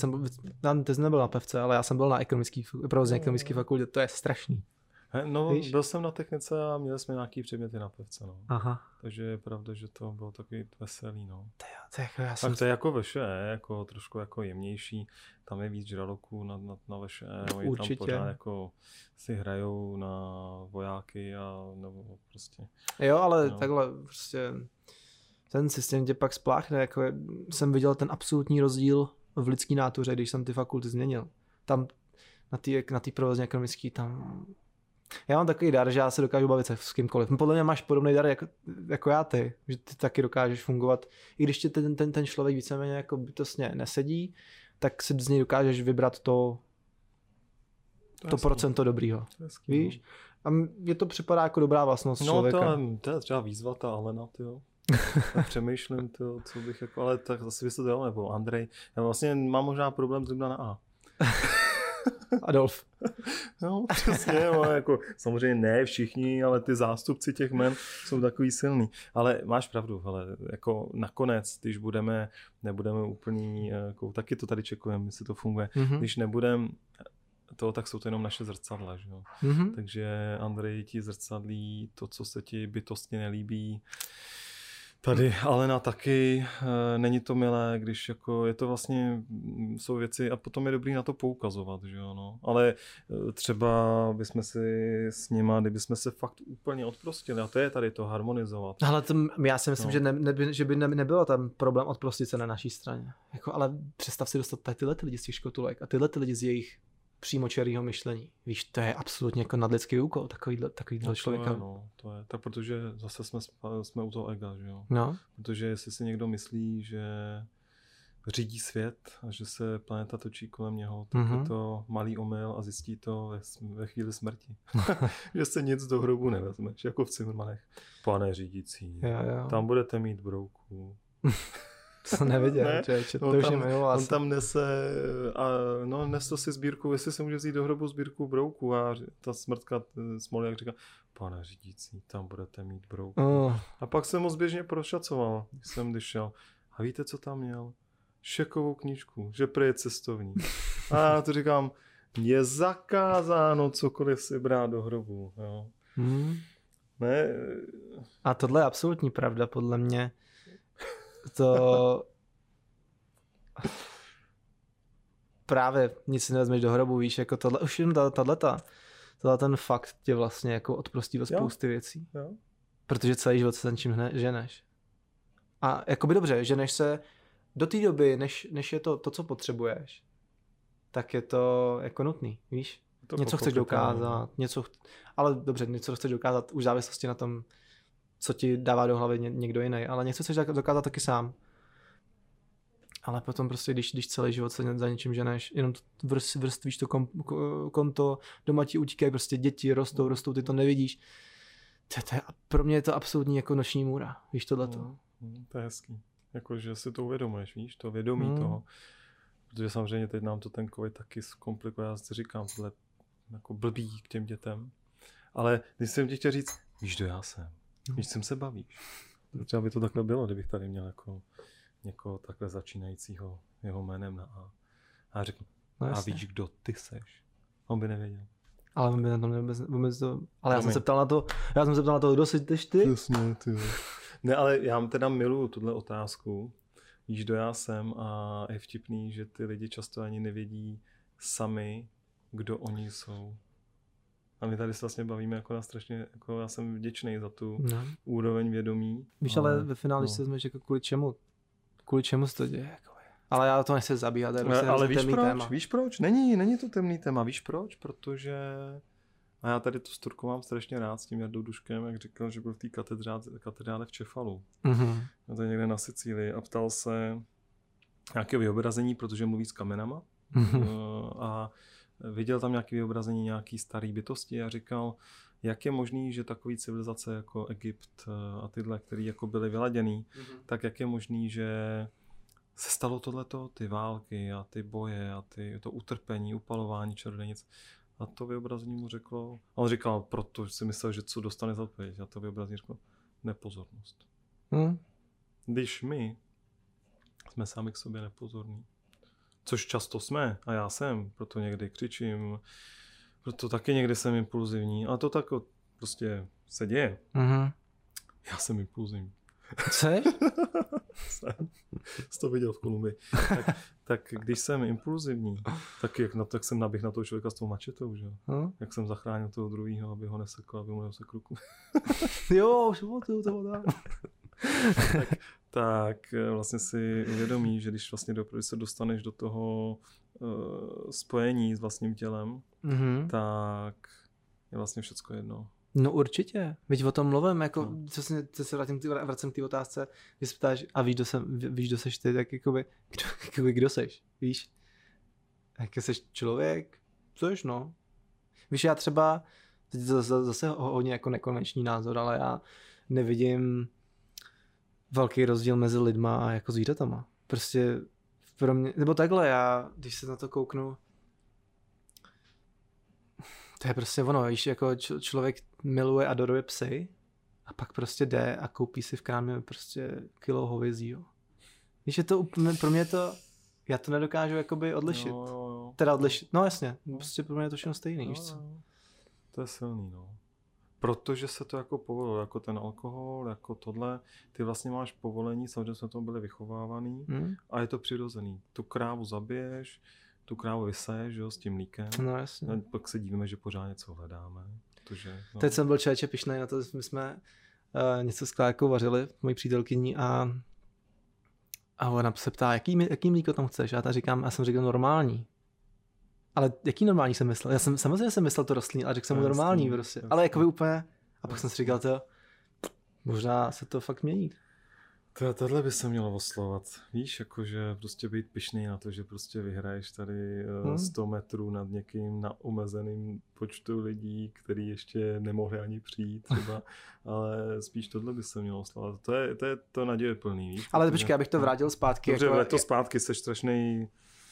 teď nebyl na pevce, ale já jsem byl na provozně ekonomické fakultě, to je strašný. No, víš? Byl jsem na technice a měli jsme nějaký předměty na pevce, no. Aha. Takže je pravda, že to bylo takový veselý, no. Tak to je jako VŠE, jako trošku jako jemnější, tam je víc žraloků na VŠE, oni tam pořád jako si hrajou na vojáky a nebo prostě. Jo, ale takhle prostě ten systém tě pak spláchne, jako jsem viděl ten absolutní rozdíl v lidský nátuře, když jsem ty fakulty změnil. Tam na té provozně ekonomické tam... Já mám takový dar, že já se dokážu bavit se s kýmkoliv. Podle mě máš podobný dar jako já ty, že ty taky dokážeš fungovat. I když ti ten člověk víceméně jako bytostně nesedí, tak si z něj dokážeš vybrat to procento dobrýho. Víš? A mně to připadá jako dobrá vlastnost člověka. No to je třeba výzva ta Alena, tyjo. Přemýšlím, tyjo, co bych jako, ale tak zase bys to dělal, nebo Andrej. Já vlastně mám možná problém zrovna na A. Adolf. No, přesně, no, jako, samozřejmě ne všichni, ale ty zástupci těch jmen jsou takový silný. Ale máš pravdu, hele, jako nakonec, když nebudeme úplný, jako, taky to tady čekujeme, jestli to funguje, když nebudeme tak jsou to jenom naše zrcadla, že jo. Takže Andrej ti zrcadlí to, co se ti bytostně nelíbí. Tady Alena taky, není to milé, když jako je to vlastně, jsou věci a potom je dobrý na to poukazovat, že jo, no. Ale třeba bychom si s nima, kdybychom se fakt úplně odprostili a to je tady to harmonizovat. Ale já si myslím, že by nebylo tam problém odprostit se na naší straně. Jako, ale představ si dostat tyhle lidi z těch škotulek a tyhle lidi z jejich přímočarýho myšlení. Víš, to je absolutně jako nadlidský úkol takovýhle člověka. To je, tak protože zase jsme u toho ega, že jo. No. Protože jestli si někdo myslí, že řídí svět a že se planeta točí kolem něho, tak je to malý omyl a zjistí to ve chvíli smrti. Že se nic do hrobu nevezmeš, jako v Cimrmanech. Pane řídící, tam budete mít brouku. To jsem neviděl, člověče, to už je miloval. On tam nese, nese si sbírku, jestli se může vzít do hrobu sbírku brouku a ta smrtka Smoljak říká, pane řídící, tam budete mít brouku. A pak jsem ho zběžně prošacoval, když šel. A víte, co tam měl? Šekovou knížku, že prý je cestovní. A já to říkám, je zakázáno cokoliv si brát do hrobu. Jo. Ne. A tohle je absolutní pravda, podle mě. To právě nic si nevezmeš do hrobu, víš, jako tohle, už jen tohle ten fakt tě vlastně jako odprostí od spousty věcí. Jo. Protože celý život se něčím ženeš. A jakoby dobře, ženeš se do té doby, než je to, co potřebuješ, tak je to jako nutný, víš? Něco chceš dokázat, ale dobře, něco chceš dokázat už v závislosti na tom, co ti dává do hlavy někdo jiný, ale něco chceš dokázat taky sám. Ale potom prostě, když celý život se za něčím ženeš, jenom vrstvíš to konto, doma ti utíkají prostě děti, rostou, ty to nevidíš, Pro mě je to absolutní jako noční můra, víš tohleto. To je hezký. Jakože si to uvědomuješ, víš, to vědomí toho. Protože samozřejmě teď nám to ten covid taky zkomplikuje, já si říkám, tohle jako blbý k těm dětem. Ale když jsem ti chtěl říct, víš, kdo já jsem, víš, čím se bavíš. Třeba by to takhle bylo, kdybych tady měl jako někoho takhle začínajícího jeho jménem na A. A já řeknu, a víš, kdo ty seš? On by nevěděl. Ale my na tom vůbec to... Ale já jsem se ptal na to, kdo jsi ty? Jasně, ty. Ne, ale já teda miluju tuhle otázku. Víš, kdo já jsem, a je vtipný, že ty lidi často ani nevědí sami, kdo oni jsou. A my tady se vlastně bavíme jako na strašně, jako já jsem vděčný za tu úroveň vědomí. Víš, ale ve finále, když se vezmeš jako kvůli čemu se to děje, jako. Ale já to nechci zabíhat, ale víš proč? Není to temný téma, víš proč? Protože, a já tady tu storku mám strašně rád s tím Jardou Duškem, jak říkal, že byl v té katedrále v Čefalu. To je někde na Sicílii a ptal se nějaké vyobrazení, protože mluví s kamenama. A viděl tam nějaké vyobrazení nějaký starý bytosti a říkal, jak je možný, že takový civilizace jako Egypt a tyhle, který jako byly vyladěný, tak jak je možný, že se stalo tohleto, ty války a ty boje a to utrpení, upalování čarodějnic. A to vyobrazení mu řeklo, a on říkal, protože si myslel, že co dostane za odpověď. A to vyobrazení řeklo, nepozornost. Když my jsme sami k sobě nepozorní, což často jsme, a já jsem, proto někdy křičím, proto taky někdy jsem impulzivní, a to tak prostě se děje. Já jsem impulzivní. Jseš? Jsi to viděl v Kolumbii. Tak když jsem impulzivní, tak jsem naběh na toho člověka s tou mačetou, že? Jak jsem zachránil toho druhýho, aby ho nesekl, aby mu nesekl ruku. Jo, už to dám. tak vlastně si uvědomí, že když vlastně se dostaneš do toho spojení s vlastním tělem, tak je vlastně všecko jedno. No určitě, víš, o tom mluvím, jako, co se vracím k té otázce, když se ptáš, a víš, kdo seš ty, tak jakoby, kdo seš, víš? Jak seš člověk? Což, no. Víš, já třeba, teď zase hodně jako nekonvenční názor, ale já nevidím velký rozdíl mezi lidma a jako zvířatama. Prostě pro mě, nebo takhle, já, když se na to kouknu, to je prostě ono, víš, jako člověk miluje, adoruje psy a pak prostě jde a koupí si v krámě prostě kilo hovězího. Víš, je to pro mě to, já to nedokážu jakoby odlišit. Jo. Teda odlišit, no jasně, prostě pro mě je to všechno stejný, víš co? To je silný, no. Protože se to jako povolilo, jako ten alkohol, jako tohle, ty vlastně máš povolení, samozřejmě jsme tomu byli vychovávaný a je to přirozený. Tu krávu zabiješ, tu krávu vyseješ, jo, s tím mlíkem. No jasně. A pak se dívíme, že pořád něco hledáme. Protože, no. Teď jsem byl člověče pyšnej na to, my jsme něco s Klárkou vařili, mojí přítelkyní, a ona se ptá, jaký mlíko tam chceš? Já jsem říkal normální. Ale jaký normální jsem myslel? Já jsem samozřejmě myslel to rostlý, ale řekl jsem mu normální prostě. Ale jako úplně. A pak jsem si říkal, možná se to fakt mění. Tohle by se mělo oslovat. Víš, jakože prostě být pyšný na to, že prostě vyhraješ tady 100 metrů nad někým na omezeným počtu lidí, který ještě nemohli ani přijít třeba, ale spíš tohle by se mělo oslovat. To je to nadějeplný, víš. Ale počkej, abych to vrátil zpátky. Dobře, jako, to zpátky, jsi strašnej...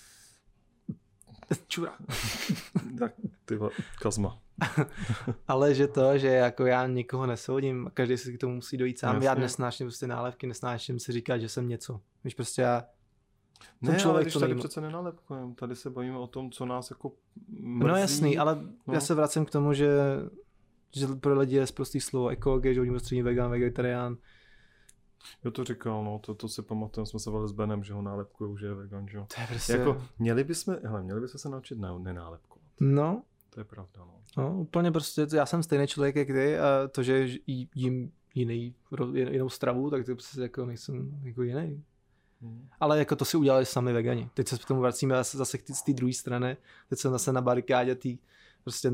Čura. Tak, kazma. Ale že jako já nikoho nesoudím, každý si k tomu musí dojít sám. Jasně. Já nesnáším prostě nálepky, nesnáším si říkat, že jsem něco. Víš, prostě já... Ne, ale když tady přece nenálepkujeme, tady se bavíme o tom, co nás jako mrzí. No jasný, ale já se vracím k tomu, že pro lidi je prostý slovo ekologie, životní prostředí, vegan, vegetarián. Jo, to říkal, no, to si pamatujeme, jsme se bavili s Benem, že ho nálepkujou, že je vegan, že jo. To je prostě... Jako, měli bychom se naučit nenálepkovat. No. To je pravda, no. No, úplně prostě, já jsem stejný člověk jak ty a to, že jím jinou stravu, tak to prostě jako nejsem jako jiný. Ale jako to si udělali sami vegani. Teď se k tomu vracíme zase z té druhé strany. Teď jsem zase na barikádě té prostě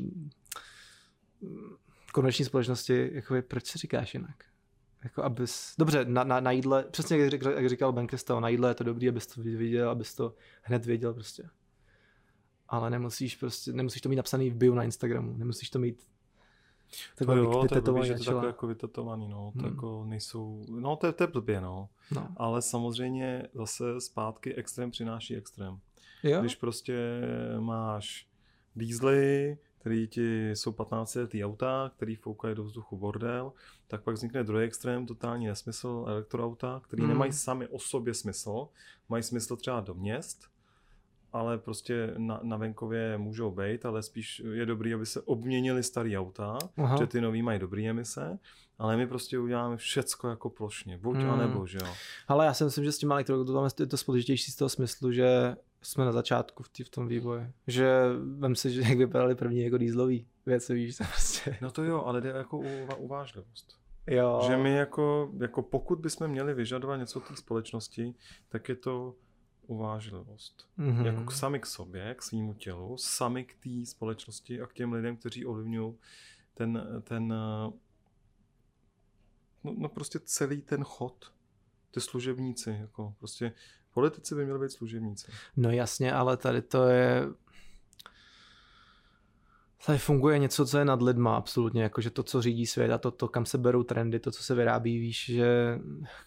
konečné společnosti. Jakoby, proč si říkáš jinak? Jako abys... Dobře, na jídle, přesně jak říkal Ben Kristo, na jídle je to dobrý, abys to viděl, abys to hned věděl prostě. Ale nemusíš to mít napsaný v bio na Instagramu, nemusíš to mít... To jo, to je blbý, že to takové jako vytetovaný, no, to jako nejsou, no to je blbě, no. Ale samozřejmě zase zpátky extrém přináší extrém. Jo? Když prostě máš diesely, který ti jsou 15letý auta, který foukají do vzduchu bordel, tak pak vznikne druhý extrém, totální nesmysl, elektroauta, který nemají sami o sobě smysl, mají smysl třeba do měst, ale prostě na venkově můžou být, ale spíš je dobrý, aby se obměnili starý auta, že ty nový mají dobrý emise, ale my prostě uděláme všecko jako plošně, buď a nebo, že jo. Ale já si myslím, že s tím elektroautem je to složitější z toho smyslu, že jsme na začátku v tom vývoji. Že vem si, že jak vypadaly první jako dieselový věci, víš, to prostě. No to jo, ale jde jako uvážlivost. Jo. Že my jako pokud bychom měli vyžadovat něco té společnosti, tak je to uvážlivost. Jako sami k sobě, k svýmu tělu, sami k té společnosti a k těm lidem, kteří ovlivňují no prostě celý ten chod. Ty služebníci, jako prostě politici by měli být služebníci. No jasně, ale tady funguje něco, co je nad lidma absolutně, jakože to, co řídí svět a to, kam se berou trendy, to, co se vyrábí, víš, že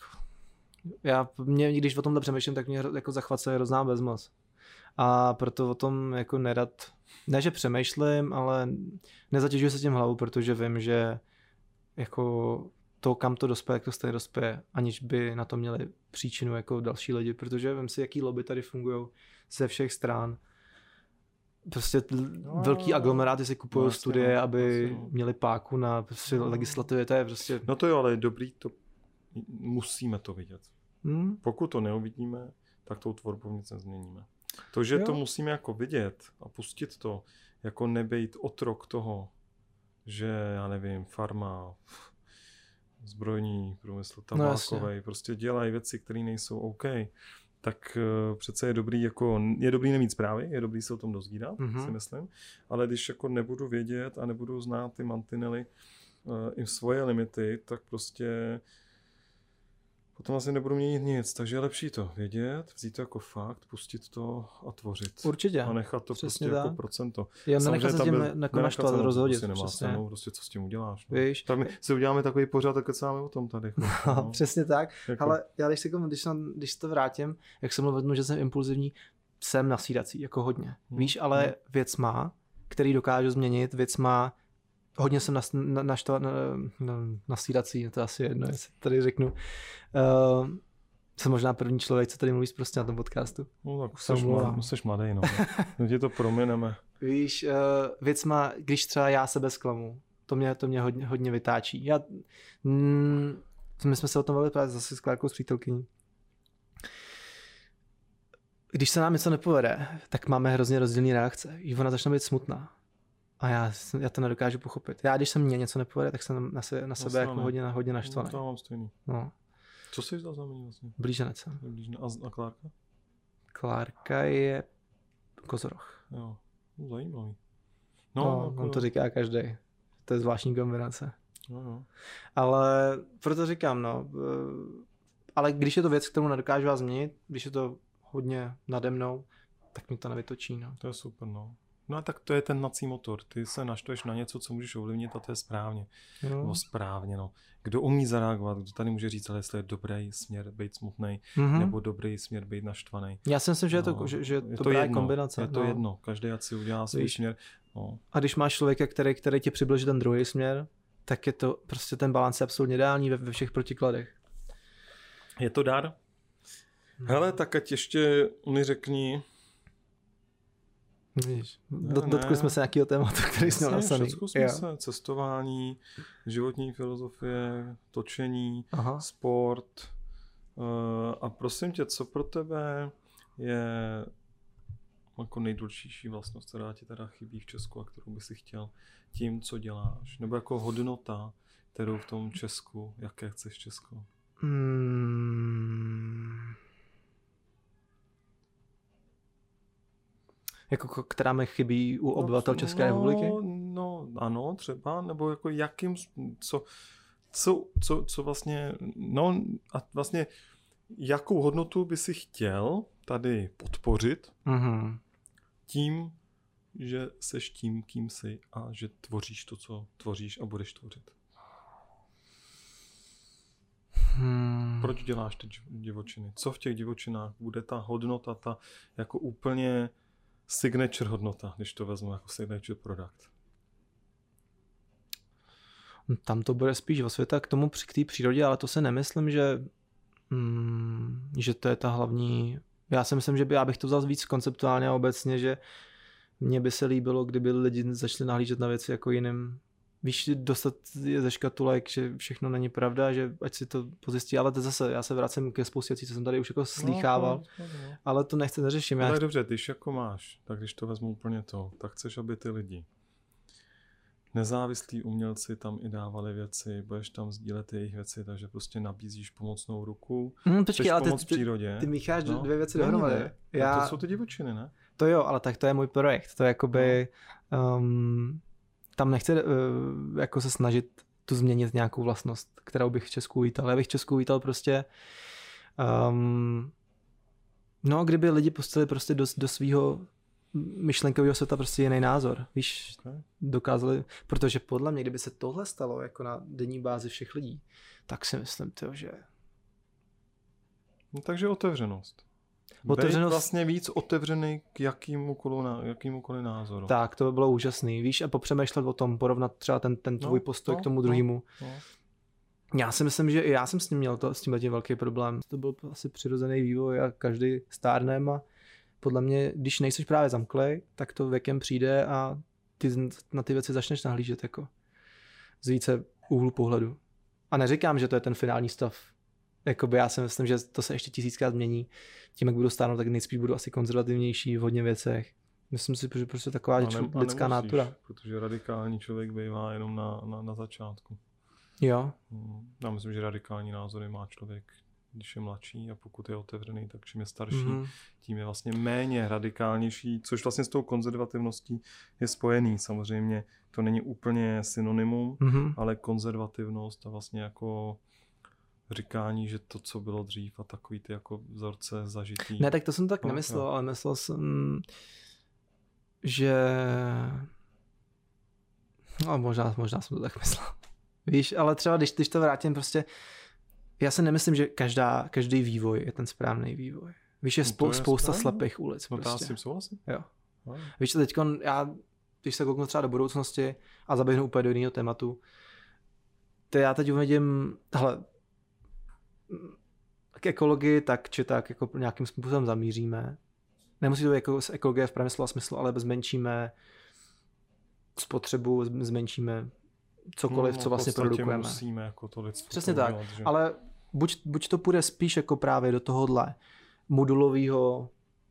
když o tomhle přemýšlím, tak mě jako zachvacuje hrozná bezmoc. A proto o tom jako nerad, ne že přemýšlím, ale nezatěžuji se tím hlavu, protože vím, že jako to, kam to dospěje, jak to stejně dospěje, aniž by na to měli příčinu jako další lidi, protože vím si, jaký lobby tady fungují ze všech stran. Prostě velký aglomeráty si kupují studie, aby měli páku na prostě legislativě, to je prostě... No to jo, ale je dobrý, musíme to vidět. Pokud to neuvidíme, tak tou tvorbou nic nezměníme. To, že to musíme jako vidět a pustit to, jako nebejt otrok toho, že já nevím, farma, zbrojní průmysl, tabákovej, prostě dělají věci, které nejsou OK, tak přece je dobrý nemít zprávy, je dobrý se o tom dozvídat, si myslím, ale když jako nebudu vědět a nebudu znát ty mantinely i svoje limity, tak prostě potom asi nebudu měnit nic, takže je lepší to vědět, vzít to jako fakt, pustit to a tvořit. Určitě. A nechat to přesně prostě tak. jako procento. Já nenechat se tím naštvat, rozhodit. Prostě nemá cenu, prostě co s tím uděláš. No. Víš? Tak my si uděláme takový pořád a kecáme o tom tady. No. Přesně tak, jako. Ale já když to vrátím, jak jsem mluvil, že jsem impulzivní, jsem nasírací, jako hodně. Víš, ale věc má, který dokážu změnit, věc má, hodně jsem nasírací, to asi jedno, jestli tady řeknu. Jsem možná první člověk, co tady mluví prostě na tom podcastu. No tak jsi mladý, no. My ti to proměneme. Víš, věc má, když třeba já sebe zklamu, to mě hodně vytáčí. My jsme se o tom bavili zase s Klárkou, s přítelkyní. Když se nám něco nepovede, tak máme hrozně rozdílné reakce. Ona začne být smutná. A já to nedokážu pochopit. Já, když se mně něco nepovede, tak jsem na sebe jako hodně naštvaný. No, to mám stejný. No. Co jsi za znamení vlastně? Blíženec. A Klárka? Klárka je Kozoroch. Jo, zajímavý. No, on to říká každý. To je zvláštní kombinace. No. Ale proto říkám, no. Ale když je to věc, kterou nedokážu vás změnit, když je to hodně nade mnou, tak mi to nevytočí, no. To je super, no. No a tak to je ten hnací motor. Ty se naštveš na něco, co můžeš ovlivnit a to je správně. No správně, no. Kdo umí zareagovat, kdo tady může říct, ale jestli je dobrý směr být smutnej, nebo dobrý směr být naštvaný. Já si myslím, že je to, že je to dobrá kombinace. Je to jedno, každý ať si udělá svůj směr. No. A když máš člověka, který ti přibliží ten druhý směr, tak je to prostě ten balans je absolutně ideální ve všech protikladech. Je to dar? Hele, tak ať ještě mi řekni. Víš, dotkli jsme se nějakého tématu, který jsme napsaný. Všechno jsme se, cestování, životní filozofie, točení, sport. A prosím tě, co pro tebe je jako nejdůležitější vlastnost, která ti teda chybí v Česku a kterou by si chtěl tím, co děláš? Nebo jako hodnota, kterou v tom Česku, jaké chceš Česko? Jako která mi chybí u obyvatel České republiky? No, ano, třeba, nebo jako jakým, co vlastně, no a vlastně jakou hodnotu by si chtěl tady podpořit tím, že seš tím, kým jsi a že tvoříš to, co tvoříš a budeš tvořit? Proč děláš ty divočiny? Co v těch divočinách bude ta hodnota, ta jako úplně signature hodnota, když to vezmu jako signature product? Tam to bude spíš osvěta k tomu, k té přírodě, ale to se nemyslím, že to je ta hlavní. Já si myslím, že já bych to vzal víc konceptuálně a obecně, že mně by se líbilo, kdyby lidi začali nahlížet na věci jako jiným. Víš, dostat je ze škatulek, že všechno není pravda, že ať si to pozjistí, ale to zase, já se vracím ke spoustě věcí, co jsem tady už jako slýchával, ale to neřeším. Ale dobře, když jako máš, tak když to vezmu úplně to, tak chceš, aby ty lidi, nezávislí umělci tam i dávali věci, budeš tam sdílet jejich věci, takže prostě nabízíš pomocnou ruku, počkej, ale pomoc přírodě. Ty mícháš dvě věci dohromady. To jsou ty divočiny, ne? To jo, ale tak to je můj projekt, to je jakoby... Tam nechci jako se snažit tu změnit nějakou vlastnost, kterou bych v Česku uvítal. Já bych v Česku uvítal prostě kdyby lidi pustili prostě do svého myšlenkového světa prostě jiný názor. Víš, dokázali, protože podle mě, kdyby se tohle stalo jako na denní bázi všech lidí, tak si myslím, že... No, takže otevřenost. Být vlastně víc otevřený k jakýmukoliv názoru. Tak, to by bylo úžasný. Víš, a popřemýšlet o tom, porovnat třeba ten tvůj postoj k tomu druhému. Já si myslím, že i já jsem s ním měl s tímhletím velký problém. To byl asi přirozený vývoj a každý stárnem a podle mě, když nejseš právě zamklej, tak to věkem přijde a ty na ty věci začneš nahlížet jako z více úhlu pohledu. A neříkám, že to je ten finální stav. Jakoby já si myslím, že to se ještě 1000krát změní. Tím, jak budu stárnout, tak nejspíš budu asi konzervativnější v hodně věcech. Myslím si, že prostě taková lidská natura. Protože radikální člověk bývá jenom na začátku. Jo. Já myslím, že radikální názory má člověk, když je mladší a pokud je otevřený, tak čím je starší, tím je vlastně méně radikálnější, což vlastně s tou konzervativností je spojený. Samozřejmě to není úplně synonymum, ale konzervativnost a vlastně jako říkání, že to, co bylo dřív a takový ty jako vzorce zažitý. Ne, tak to jsem tak nemyslel, ale myslel jsem, že... No, možná jsem to tak myslel. Víš, ale třeba když to vrátím prostě, já si nemyslím, že každý vývoj je ten správný vývoj. Víš, je spousta slepých ulic. No prostě. já s tím souhlasím. Jo. Víš, teďko když se kouknu třeba do budoucnosti a zaběhnu úplně do jiného tématu, to já teď uvidím, k ekologii tak, či tak jako nějakým způsobem zamíříme. Nemusí to být jako z ekologie v pravém slova smyslu, ale zmenšíme spotřebu, zmenšíme cokoliv, co vlastně produkujeme. Musíme jako to lidstvo. Přesně tak, že? Ale buď to půjde spíš jako právě do tohohle modulového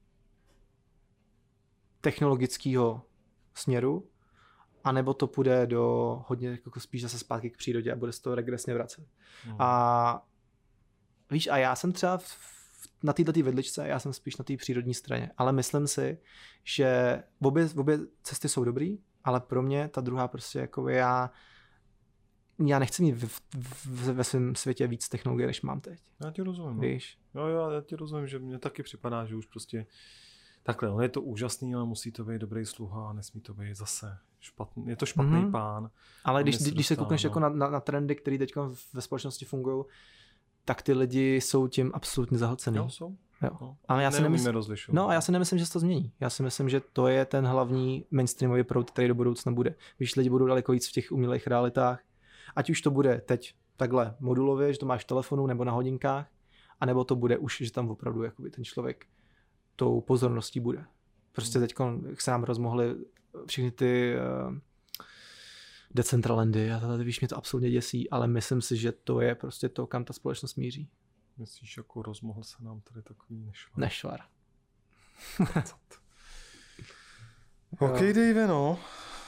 technologického směru, anebo to půjde do hodně jako spíš zase zpátky k přírodě a bude se to regresně vracet. A víš, a já jsem třeba na této vedličce, já jsem spíš na té přírodní straně, ale myslím si, že obě cesty jsou dobrý, ale pro mě ta druhá prostě jako já nechci mít ve svém světě víc technologie, než mám teď. Já ti rozumím. Víš? Jo, já ti rozumím, že mně taky připadá, že už prostě takhle, je to úžasný, ale musí to být dobrý sluha a nesmí to být zase špatný. Je to špatný pán. Ale když se koukneš jako na trendy, které teď ve společnosti fungují, tak ty lidi jsou tím absolutně zahlcený. Jo, jsou. Jo. No. Ale já si nemyslím, rozlišovat. a já si nemyslím, že se to změní. Já si myslím, že to je ten hlavní mainstreamový proud, který do budoucna bude. Víš, lidi budou daleko víc v těch umělých realitách. Ať už to bude teď takhle modulově, že to máš v telefonu nebo na hodinkách, anebo to bude už, že tam opravdu jakoby ten člověk tou pozorností bude. Prostě teď, jak se nám rozmohly všechny ty Decentralandy a tohle, víš, mě to absolutně děsí, ale myslím si, že to je prostě to, kam ta společnost míří. Myslíš, jako rozmohl se nám tady takový nešvar. OK, Dave, no.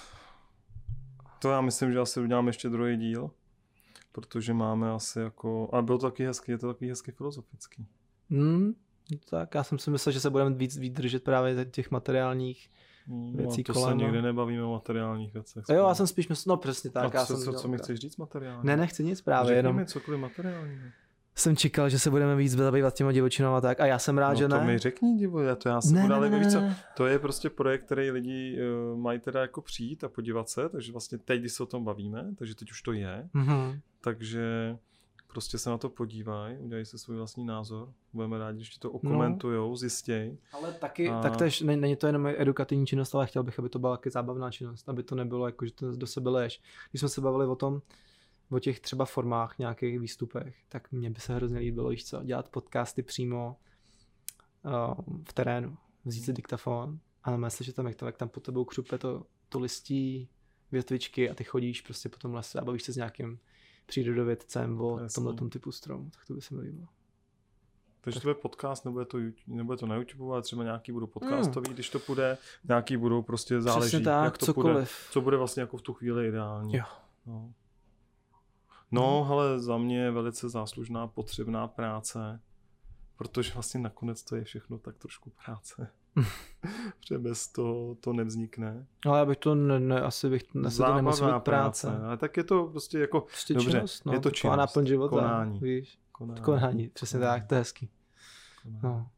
To já myslím, že asi uděláme ještě druhý díl, protože máme asi jako... A bylo to taky hezký, je to taky hezky filozofický. Tak já jsem si myslel, že se budeme víc držet právě těch materiálních věcí kolem. To se nikdy nebavíme o materiálních věcech. Jo, já jsem spíš myslel, no přesně tak. A co mi chceš říct materiálně? Ne, nechci nic právě, Řekni mi cokoliv materiálního. jsem čekal, že se budeme víc zabývat těma divočinou a tak. A já jsem rád, že ne. To mi řekni, divo, já se budu, ale víš co, to je prostě projekt, který lidi mají teda jako přijít a podívat se, takže vlastně teď, když se o tom bavíme, takže teď už to je, takže prostě se na to podívají, udělají si svůj vlastní názor, budeme rádi, když ti to okomentujou, zjistěj. Ale taky, taktéž není to jenom edukativní činnost, ale chtěl bych, aby to byla taky zábavná činnost, aby to nebylo jako, že to do sebe leješ. Když jsme se bavili o těch třeba formách, nějakých výstupech, tak mně by se hrozně líbilo, víš co, dělat podcasty přímo v terénu, vzít si diktafon a namyslet, že tam, jak tam po tebou křupe to listí, větvičky a ty chodíš prostě po tom lese a bavíš se s nějakým přírodovědcem o tomhletom typu stromu, tak to by se mi líbilo. Takže to je podcast, nebude to na YouTube, ale třeba nějaký budou podcastový, když to půjde, nějaký budou prostě záleží, tak, jak to cokoliv. půjde, co bude vlastně jako v tu chvíli ideální. Jo. No, ale za mě je velice záslužná, potřebná práce, protože vlastně nakonec to je všechno tak trošku práce. Protože bez toho to nevznikne. Ale abych to asi bych to nemusí být práce. Ale tak je to prostě jako prostě dobře, činnost, je to činnost. Náplň života, konání. Víš? Konání, přesně tak, to je hezký. No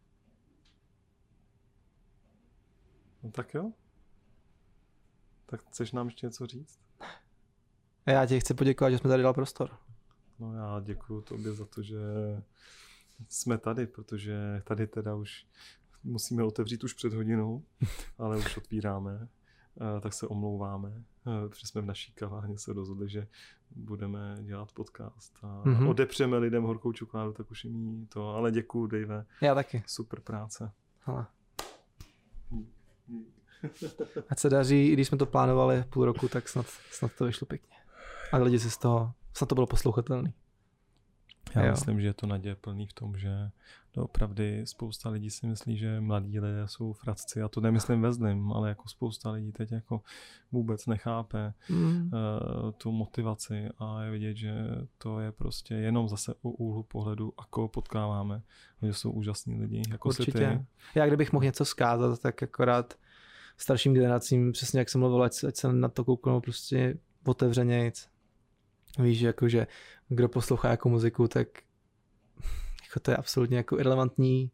tak jo. Tak chceš nám ještě něco říct? Já ti chci poděkovat, že jsme tady dal prostor. No já děkuju tobě za to, že jsme tady, protože tady teda už musíme otevřít už před hodinou, ale už otvíráme, tak se omlouváme, protože jsme v naší kavárně se rozhodli, že budeme dělat podcast a odepřeme lidem horkou čokoládu, tak už jim to, ale děkuju, Dave. Já taky. Super práce. Hele. Ať se daří, i když jsme to plánovali půl roku, tak snad to vyšlo pěkně. A lidi si z toho, snad to bylo poslouchatelný. Já myslím, že je to nadějeplný v tom, že opravdu spousta lidí si myslí, že mladí lidé jsou fracci. A to nemyslím ve zlým, ale jako spousta lidí teď jako vůbec nechápe tu motivaci a je vidět, že to je prostě jenom zase o úhlu pohledu, a koho potkáváme, že jsou úžasní lidi. Jako určitě. ty. Já kdybych mohl něco vzkázat, tak akorát starším generacím, přesně jak jsem mluvil, ať se na to kouknou prostě otevřenějc. Víš, jakože kdo poslouchá jako muziku, tak jako to je absolutně jako irrelevantní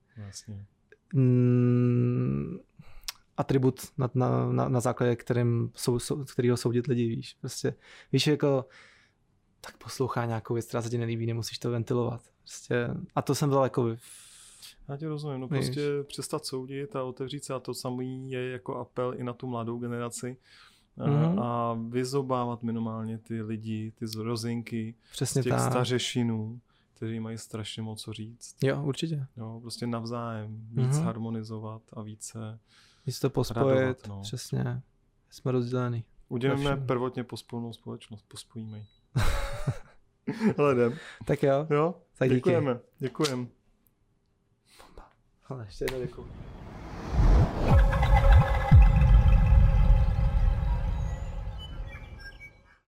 atribut na základě kterýho soudit lidi, víš. Prostě, víš, jako tak poslouchá nějakou věc, která se ti nelíbí, nemusíš to ventilovat. Prostě, a to jsem dal jako já tě rozumím, no prostě přestat soudit a otevřít se, a to samý je jako apel i na tu mladou generaci. A vyzobávat minimálně ty lidi, ty zrozinky přesně z těch tak. stařešinů, kteří mají strašně moc co říct. Jo, určitě. Jo, prostě navzájem víc harmonizovat a více to pospojit, radovat, no. Přesně. Jsme rozdělení. Uděláme prvotně pospolnou společnost, pospojíme ji. Ale jdem. Tak jo. Jo, tak děkujeme. Ale ještě jednou děkuju.